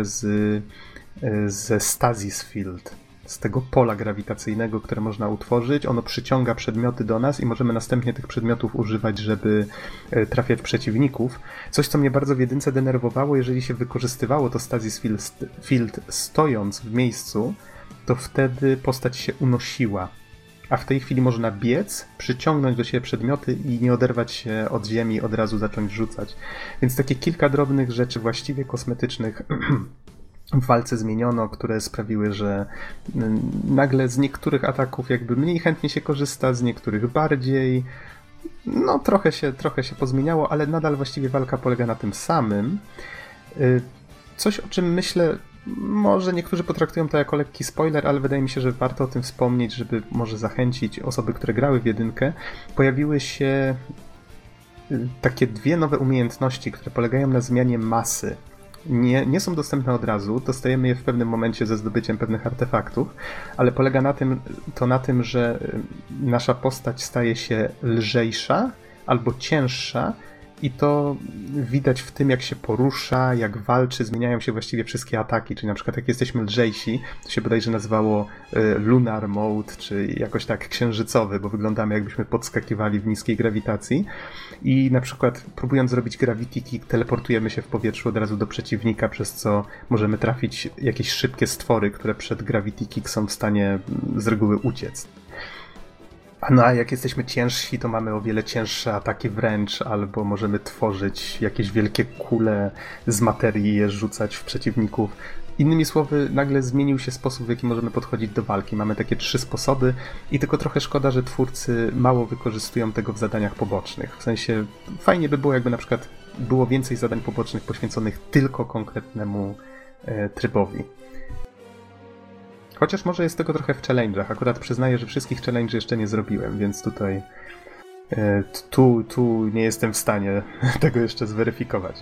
ze Stasis Field, z tego pola grawitacyjnego, które można utworzyć. Ono przyciąga przedmioty do nas i możemy następnie tych przedmiotów używać, żeby trafiać przeciwników. Coś, co mnie bardzo w jedynce denerwowało, jeżeli się wykorzystywało to Stasis Field stojąc w miejscu, to wtedy postać się unosiła. A w tej chwili można biec, przyciągnąć do siebie przedmioty i nie oderwać się od ziemi, od razu zacząć rzucać. Więc takie kilka drobnych rzeczy właściwie kosmetycznych w walce zmieniono, które sprawiły, że nagle z niektórych ataków jakby mniej chętnie się korzysta, z niektórych bardziej. No trochę się pozmieniało, ale nadal właściwie walka polega na tym samym. Coś, o czym myślę może niektórzy potraktują to jako lekki spoiler, ale wydaje mi się, że warto o tym wspomnieć, żeby może zachęcić osoby, które grały w jedynkę. Pojawiły się takie dwie nowe umiejętności, które polegają na zmianie masy. Nie są dostępne od razu, dostajemy je w pewnym momencie ze zdobyciem pewnych artefaktów, ale polega na tym, że nasza postać staje się lżejsza albo cięższa i to widać w tym, jak się porusza, jak walczy, zmieniają się właściwie wszystkie ataki, czyli na przykład jak jesteśmy lżejsi, to się bodajże nazywało lunar mode, czy jakoś tak księżycowy, bo wyglądamy jakbyśmy podskakiwali w niskiej grawitacji i na przykład próbując zrobić gravity kick, teleportujemy się w powietrzu od razu do przeciwnika, przez co możemy trafić jakieś szybkie stwory, które przed gravity kick są w stanie z reguły uciec. No a jak jesteśmy ciężsi, to mamy o wiele cięższe ataki wręcz, albo możemy tworzyć jakieś wielkie kule z materii i je rzucać w przeciwników. Innymi słowy, nagle zmienił się sposób, w jaki możemy podchodzić do walki. Mamy takie 3 sposoby i tylko trochę szkoda, że twórcy mało wykorzystują tego w zadaniach pobocznych. W sensie fajnie by było, jakby na przykład było więcej zadań pobocznych poświęconych tylko konkretnemu trybowi. Chociaż może jest tego trochę w challenge'ach. Akurat przyznaję, że wszystkich challenge jeszcze nie zrobiłem, więc tutaj tu nie jestem w stanie tego jeszcze zweryfikować.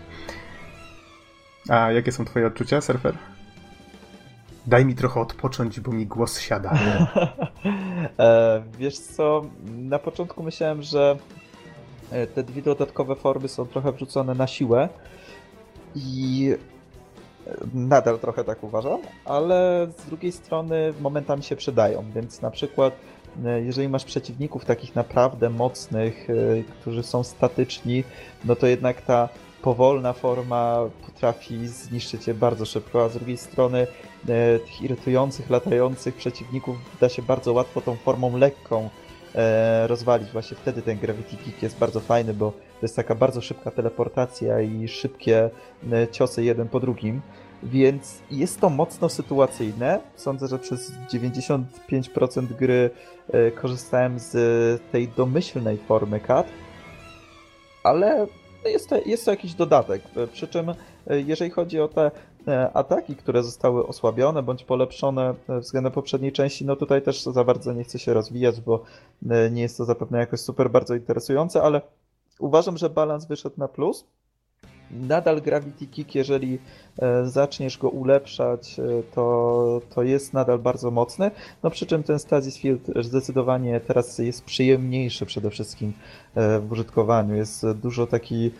A jakie są twoje odczucia, Surfer? Daj mi trochę odpocząć, bo mi głos siada. Wiesz co, na początku myślałem, że te 2 dodatkowe formy są trochę wrzucone na siłę i nadal trochę tak uważam, ale z drugiej strony momentami się przydają, więc na przykład jeżeli masz przeciwników takich naprawdę mocnych, którzy są statyczni, no to jednak ta powolna forma potrafi zniszczyć je bardzo szybko, a z drugiej strony tych irytujących, latających przeciwników da się bardzo łatwo tą formą lekką rozwalić. Właśnie wtedy ten Gravity Kick jest bardzo fajny, bo to jest taka bardzo szybka teleportacja i szybkie ciosy jeden po drugim, więc jest to mocno sytuacyjne. Sądzę, że przez 95% gry korzystałem z tej domyślnej formy kat, ale jest to jakiś dodatek, przy czym jeżeli chodzi o te ataki, które zostały osłabione bądź polepszone względem poprzedniej części, no tutaj też za bardzo nie chcę się rozwijać, bo nie jest to zapewne jakoś super bardzo interesujące, ale uważam, że balans wyszedł na plus. Nadal Gravity Kick, jeżeli zaczniesz go ulepszać, to jest nadal bardzo mocny. No przy czym ten Stasis Field zdecydowanie teraz jest przyjemniejszy przede wszystkim w użytkowaniu. Jest dużo taki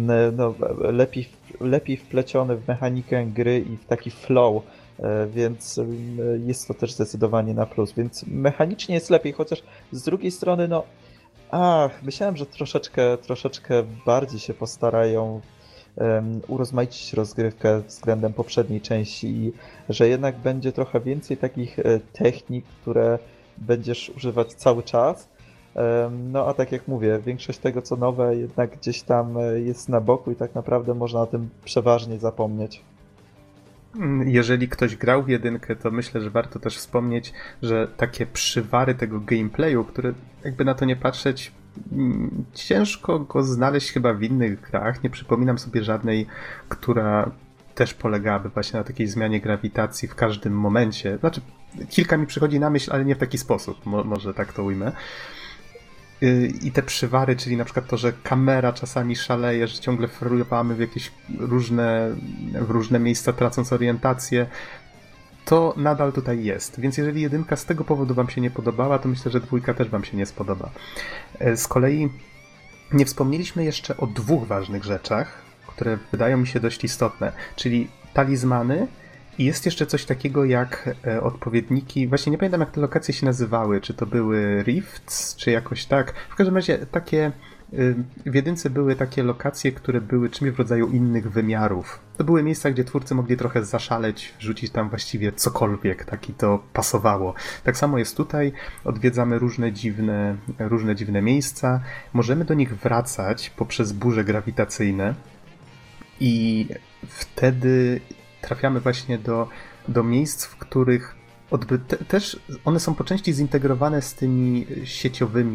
lepiej wpleciony w mechanikę gry i w taki flow, więc jest to też zdecydowanie na plus. Więc mechanicznie jest lepiej, chociaż z drugiej strony myślałem, że troszeczkę bardziej się postarają urozmaicić rozgrywkę względem poprzedniej części i że jednak będzie trochę więcej takich technik, które będziesz używać cały czas. No a tak jak mówię, większość tego co nowe jednak gdzieś tam jest na boku i tak naprawdę można o tym przeważnie zapomnieć. Jeżeli ktoś grał w jedynkę, to myślę, że warto też wspomnieć, że takie przywary tego gameplayu, które jakby na to nie patrzeć, ciężko go znaleźć chyba w innych grach. Nie przypominam sobie żadnej, która też polegałaby właśnie na takiej zmianie grawitacji w każdym momencie. Znaczy, kilka mi przychodzi na myśl, ale nie w taki sposób, może tak to ujmę. I te przywary, czyli na przykład to, że kamera czasami szaleje, że ciągle fruwamy w jakieś różne miejsca, tracąc orientację, to nadal tutaj jest. Więc jeżeli jedynka z tego powodu wam się nie podobała, to myślę, że dwójka też wam się nie spodoba. Z kolei nie wspomnieliśmy jeszcze o 2 ważnych rzeczach, które wydają mi się dość istotne, czyli talizmany i jest jeszcze coś takiego jak odpowiedniki, właśnie nie pamiętam jak te lokacje się nazywały, czy to były rifts, czy jakoś tak. W każdym razie takie w jedynce były takie lokacje, które były czymś w rodzaju innych wymiarów. To były miejsca, gdzie twórcy mogli trochę zaszaleć, wrzucić tam właściwie cokolwiek, tak i to pasowało. Tak samo jest tutaj, odwiedzamy różne dziwne miejsca, możemy do nich wracać poprzez burze grawitacyjne i wtedy trafiamy właśnie do miejsc, w których też one są po części zintegrowane z tymi sieciowymi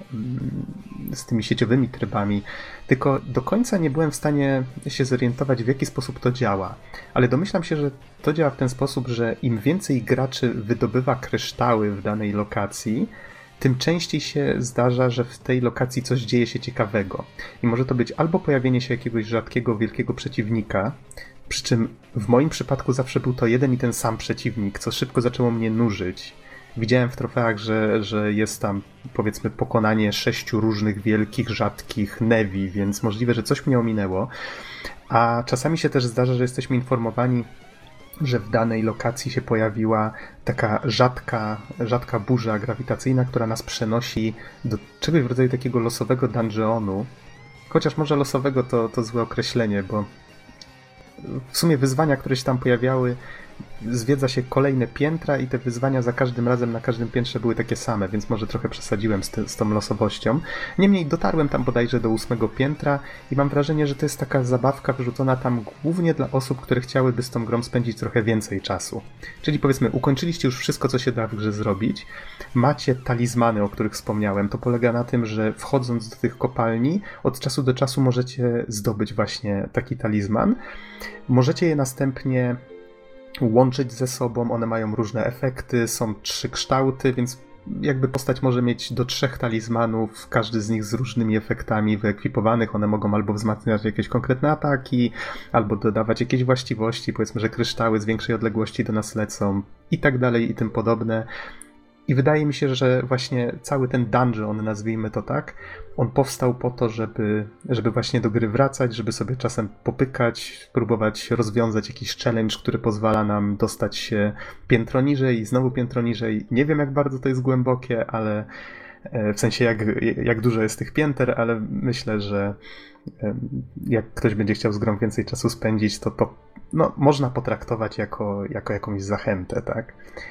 z tymi sieciowymi trybami, tylko do końca nie byłem w stanie się zorientować, w jaki sposób to działa. Ale domyślam się, że to działa w ten sposób, że im więcej graczy wydobywa kryształy w danej lokacji, tym częściej się zdarza, że w tej lokacji coś dzieje się ciekawego. I może to być albo pojawienie się jakiegoś rzadkiego, wielkiego przeciwnika, przy czym w moim przypadku zawsze był to jeden i ten sam przeciwnik, co szybko zaczęło mnie nużyć. Widziałem w trofeach, że jest tam, powiedzmy, pokonanie 6 różnych wielkich, rzadkich Nevi, więc możliwe, że coś mnie ominęło. A czasami się też zdarza, że jesteśmy informowani, że w danej lokacji się pojawiła taka rzadka burza grawitacyjna, która nas przenosi do czegoś w rodzaju takiego losowego dungeonu. Chociaż może losowego to złe określenie, bo w sumie wyzwania, które się tam pojawiały, zwiedza się kolejne piętra i te wyzwania za każdym razem na każdym piętrze były takie same, więc może trochę przesadziłem z tą losowością. Niemniej dotarłem tam bodajże do 8 piętra i mam wrażenie, że to jest taka zabawka wyrzucona tam głównie dla osób, które chciałyby z tą grą spędzić trochę więcej czasu. Czyli powiedzmy, ukończyliście już wszystko, co się da w grze zrobić, macie talizmany, o których wspomniałem. To polega na tym, że wchodząc do tych kopalni, od czasu do czasu możecie zdobyć właśnie taki talizman. Możecie je następnie łączyć ze sobą, one mają różne efekty, są 3 kształty, więc jakby postać może mieć do 3 talizmanów, każdy z nich z różnymi efektami wyekwipowanych. One mogą albo wzmacniać jakieś konkretne ataki, albo dodawać jakieś właściwości, powiedzmy, że kryształy z większej odległości do nas lecą i tak dalej i tym podobne. I wydaje mi się, że właśnie cały ten dungeon, nazwijmy to tak, on powstał po to, żeby właśnie do gry wracać, żeby sobie czasem popykać, próbować rozwiązać jakiś challenge, który pozwala nam dostać się piętro niżej i znowu piętro niżej. Nie wiem, jak bardzo to jest głębokie, ale w sensie jak dużo jest tych pięter, ale myślę, że jak ktoś będzie chciał z grą więcej czasu spędzić, to no, można potraktować jako jakąś zachętę, tak?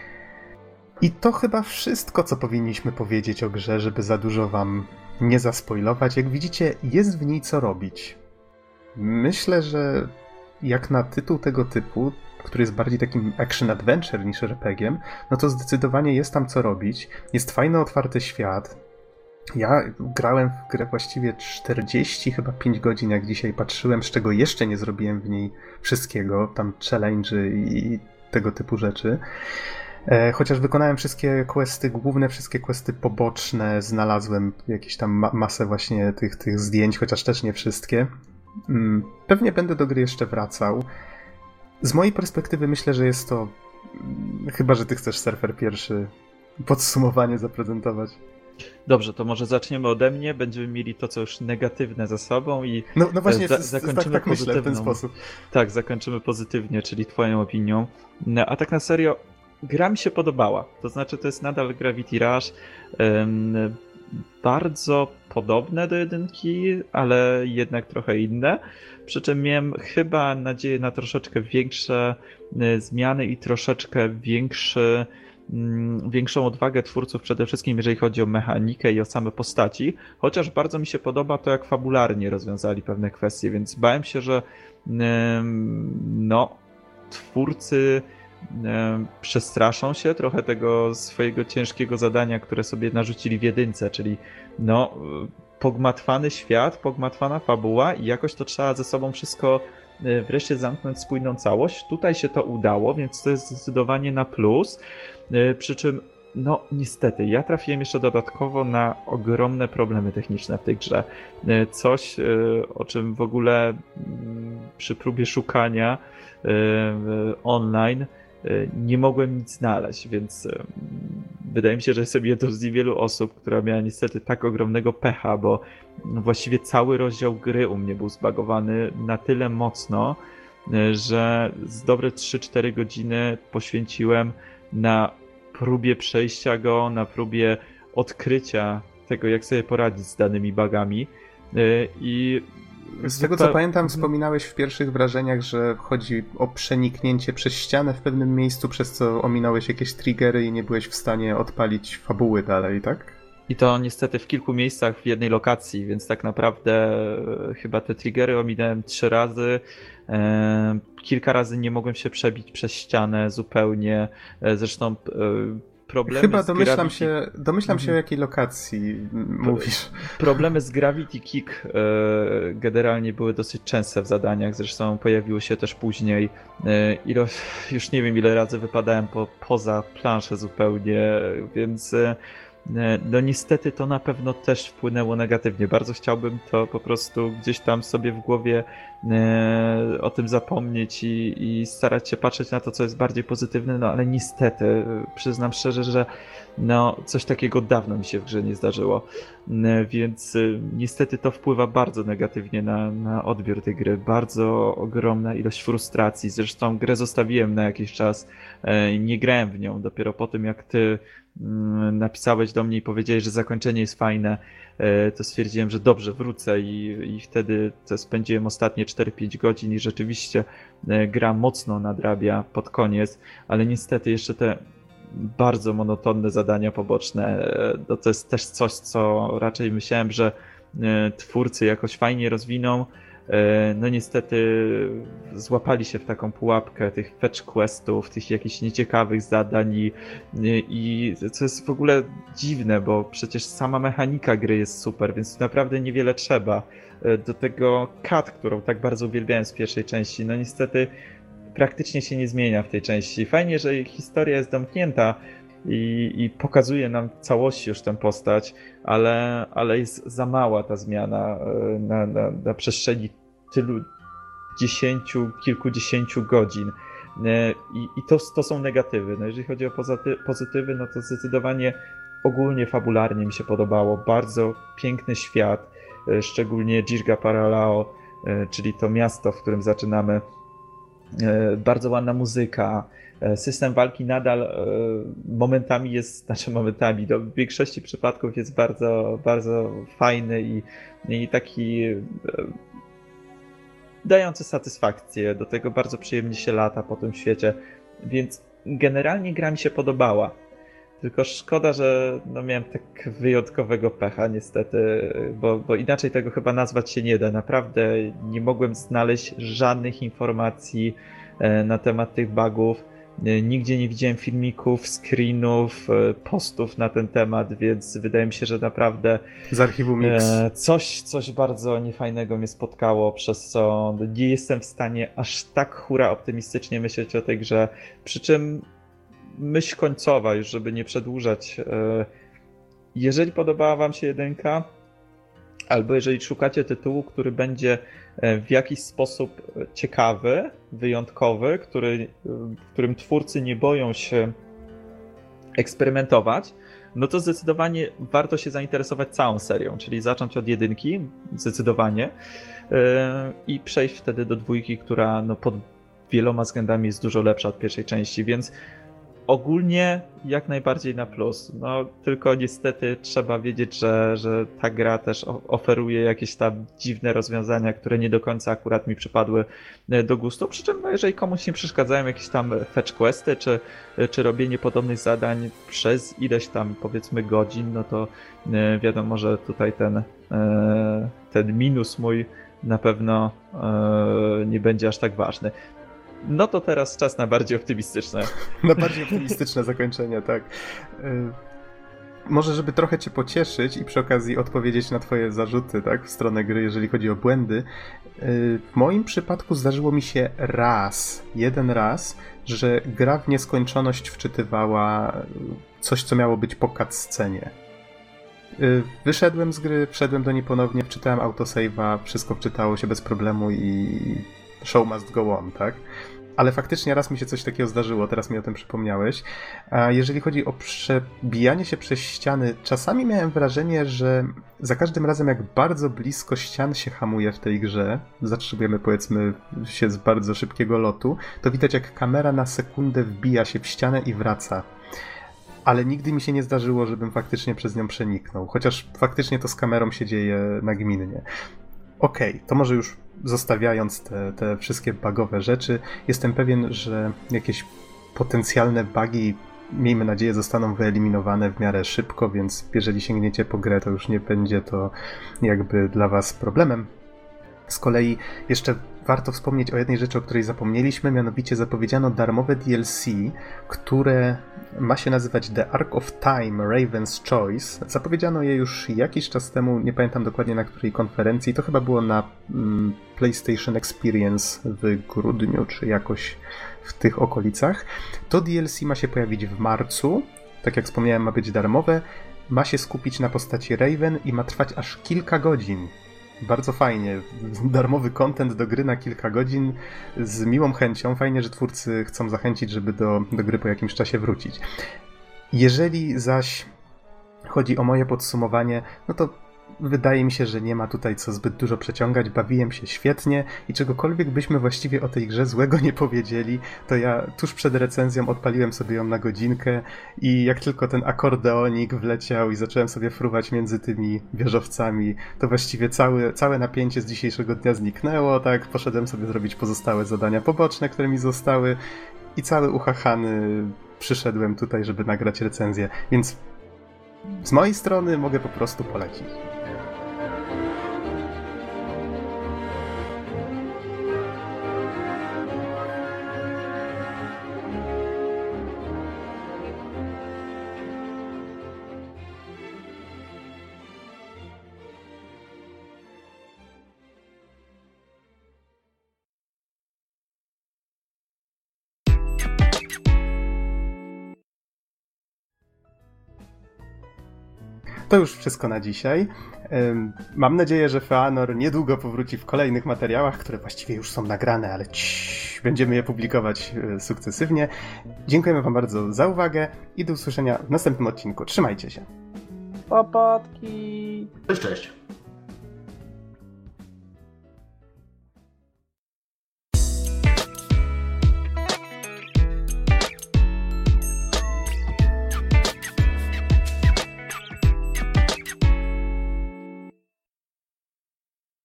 I to chyba wszystko, co powinniśmy powiedzieć o grze, żeby za dużo wam nie zaspoilować. Jak widzicie, jest w niej co robić. Myślę, że jak na tytuł tego typu, który jest bardziej takim action-adventure niż RPG-iem, no to zdecydowanie jest tam co robić. Jest fajny, otwarty świat. Ja grałem w grę właściwie 40, chyba 5 godzin, jak dzisiaj patrzyłem, z czego jeszcze nie zrobiłem w niej wszystkiego, tam challenge'y i tego typu rzeczy. Chociaż wykonałem wszystkie questy główne, wszystkie questy poboczne, znalazłem jakieś tam masę właśnie tych zdjęć, chociaż też nie wszystkie. Pewnie będę do gry jeszcze wracał. Z mojej perspektywy myślę, że jest to... Chyba że ty chcesz, Surfer, pierwszy podsumowanie zaprezentować. Dobrze, to może zaczniemy ode mnie, będziemy mieli to, co już negatywne za sobą i no właśnie, zakończymy tak myślę w ten sposób. Tak, zakończymy pozytywnie, czyli twoją opinią. A tak na serio, gra mi się podobała, to znaczy to jest nadal Gravity Rush, bardzo podobne do jedynki, ale jednak trochę inne, przy czym miałem chyba nadzieję na troszeczkę większe zmiany i troszeczkę większą odwagę twórców, przede wszystkim jeżeli chodzi o mechanikę i o same postaci, chociaż bardzo mi się podoba to, jak fabularnie rozwiązali pewne kwestie, więc bałem się, że twórcy przestraszą się trochę tego swojego ciężkiego zadania, które sobie narzucili w jedynce, czyli pogmatwany świat, pogmatwana fabuła i jakoś to trzeba ze sobą wszystko wreszcie zamknąć w spójną całość. Tutaj się to udało, więc to jest zdecydowanie na plus. Przy czym, niestety, ja trafiłem jeszcze dodatkowo na ogromne problemy techniczne w tej grze. Coś, o czym w ogóle przy próbie szukania online nie mogłem nic znaleźć, więc wydaje mi się, że jestem jedną z niewielu osób, która miała niestety tak ogromnego pecha, bo właściwie cały rozdział gry u mnie był zbagowany na tyle mocno, że z dobre 3-4 godziny poświęciłem na próbie przejścia go, na próbie odkrycia tego, jak sobie poradzić z danymi bugami. I z tego co pamiętam, wspominałeś w pierwszych wrażeniach, że chodzi o przeniknięcie przez ścianę w pewnym miejscu, przez co ominąłeś jakieś triggery i nie byłeś w stanie odpalić fabuły dalej, tak? I to niestety w kilku miejscach w jednej lokacji, więc tak naprawdę chyba te triggery ominąłem 3 razy. Kilka razy nie mogłem się przebić przez ścianę zupełnie. Zresztą problemy Chyba z domyślam się o jakiej lokacji mówisz. Problemy z Gravity Kick generalnie były dosyć częste w zadaniach, zresztą pojawiły się też później. Już nie wiem ile razy wypadałem poza planszę zupełnie, więc no niestety to na pewno też wpłynęło negatywnie. Bardzo chciałbym to po prostu gdzieś tam sobie w głowie o tym zapomnieć i starać się patrzeć na to, co jest bardziej pozytywne, no ale niestety przyznam szczerze, że no coś takiego dawno mi się w grze nie zdarzyło, więc niestety to wpływa bardzo negatywnie na odbiór tej gry. Bardzo ogromna ilość frustracji. Zresztą grę zostawiłem na jakiś czas, nie grałem w nią. Dopiero po tym jak ty napisałeś do mnie i powiedziałeś, że zakończenie jest fajne, to stwierdziłem, że dobrze, wrócę i wtedy to spędziłem ostatnie 4-5 godzin i rzeczywiście gra mocno nadrabia pod koniec, ale niestety jeszcze te bardzo monotonne zadania poboczne, to jest też coś, co raczej myślałem, że twórcy jakoś fajnie rozwiną. No niestety złapali się w taką pułapkę tych fetch questów, tych jakichś nieciekawych zadań i co jest w ogóle dziwne, bo przecież sama mechanika gry jest super, więc naprawdę niewiele trzeba. Do tego cut, którą tak bardzo uwielbiałem z pierwszej części, no niestety praktycznie się nie zmienia w tej części. Fajnie, że historia jest domknięta i pokazuje nam w całości już tę postać, ale jest za mała ta zmiana na przestrzeni tylu kilkudziesięciu godzin. I to są negatywy. No jeżeli chodzi o pozytywy, no to zdecydowanie ogólnie fabularnie mi się podobało. Bardzo piękny świat, szczególnie Jirga Paralao, czyli to miasto, w którym zaczynamy. Bardzo ładna muzyka. System walki nadal momentami w większości przypadków jest bardzo, bardzo fajny i taki dający satysfakcję. Do tego bardzo przyjemnie się lata po tym świecie, więc generalnie gra mi się podobała. Tylko szkoda, że no miałem tak wyjątkowego pecha niestety, bo inaczej tego chyba nazwać się nie da. Naprawdę nie mogłem znaleźć żadnych informacji na temat tych bugów. Nigdzie nie widziałem filmików, screenów, postów na ten temat, więc wydaje mi się, że naprawdę z archiwum Mix coś bardzo niefajnego mnie spotkało, przez co nie jestem w stanie aż tak hura optymistycznie myśleć o tej grze. Przy czym myśl końcowa, już żeby nie przedłużać, jeżeli podobała wam się 1, albo jeżeli szukacie tytułu, który będzie w jakiś sposób ciekawy, wyjątkowy, w którym twórcy nie boją się eksperymentować, no to zdecydowanie warto się zainteresować całą serią, czyli zacząć od 1 zdecydowanie i przejść wtedy do 2, która no pod wieloma względami jest dużo lepsza od pierwszej części, więc ogólnie jak najbardziej na plus. No tylko niestety trzeba wiedzieć, że ta gra też oferuje jakieś tam dziwne rozwiązania, które nie do końca akurat mi przypadły do gustu. Przy czym no, jeżeli komuś nie przeszkadzają jakieś tam fetch questy, czy robienie podobnych zadań przez ileś tam powiedzmy godzin, no to wiadomo, że tutaj ten minus mój na pewno nie będzie aż tak ważny. No to teraz czas na bardziej optymistyczne. Na bardziej optymistyczne zakończenie, tak. Może, żeby trochę cię pocieszyć i przy okazji odpowiedzieć na twoje zarzuty, tak, w stronę gry, jeżeli chodzi o błędy. W moim przypadku zdarzyło mi się jeden raz, że gra w nieskończoność wczytywała coś, co miało być po cutscenie. Wyszedłem z gry, wszedłem do niej ponownie, wczytałem autosave'a, wszystko wczytało się bez problemu i show must go on, tak? Ale faktycznie raz mi się coś takiego zdarzyło, teraz mi o tym przypomniałeś. A jeżeli chodzi o przebijanie się przez ściany, czasami miałem wrażenie, że za każdym razem jak bardzo blisko ścian się hamuje w tej grze, zatrzymujemy powiedzmy się z bardzo szybkiego lotu, to widać jak kamera na sekundę wbija się w ścianę i wraca. Ale nigdy mi się nie zdarzyło, żebym faktycznie przez nią przeniknął, chociaż faktycznie to z kamerą się dzieje nagminnie. Okej, to może już zostawiając te wszystkie bugowe rzeczy, jestem pewien, że jakieś potencjalne bugi, miejmy nadzieję, zostaną wyeliminowane w miarę szybko, więc jeżeli sięgniecie po grę, to już nie będzie to jakby dla was problemem. Z kolei jeszcze warto wspomnieć o jednej rzeczy, o której zapomnieliśmy, mianowicie zapowiedziano darmowe DLC, które ma się nazywać The Ark of Time Raven's Choice. Zapowiedziano je już jakiś czas temu, nie pamiętam dokładnie na której konferencji, to chyba było na PlayStation Experience w grudniu, czy jakoś w tych okolicach. To DLC ma się pojawić w marcu, tak jak wspomniałem, ma być darmowe, ma się skupić na postaci Raven i ma trwać aż kilka godzin. Bardzo fajnie. Darmowy content do gry na kilka godzin z miłą chęcią. Fajnie, że twórcy chcą zachęcić, żeby do gry po jakimś czasie wrócić. Jeżeli zaś chodzi o moje podsumowanie, no to wydaje mi się, że nie ma tutaj co zbyt dużo przeciągać. Bawiłem się świetnie i czegokolwiek byśmy właściwie o tej grze złego nie powiedzieli, to ja tuż przed recenzją odpaliłem sobie ją na godzinkę i jak tylko ten akordeonik wleciał i zacząłem sobie fruwać między tymi wieżowcami, to właściwie całe napięcie z dzisiejszego dnia zniknęło, tak? Poszedłem sobie zrobić pozostałe zadania poboczne, które mi zostały i cały uchachany przyszedłem tutaj, żeby nagrać recenzję, więc z mojej strony mogę po prostu polecić. To już wszystko na dzisiaj. Mam nadzieję, że Feanor niedługo powróci w kolejnych materiałach, które właściwie już są nagrane, ale będziemy je publikować sukcesywnie. Dziękujemy wam bardzo za uwagę i do usłyszenia w następnym odcinku. Trzymajcie się. Papatki! Cześć, cześć.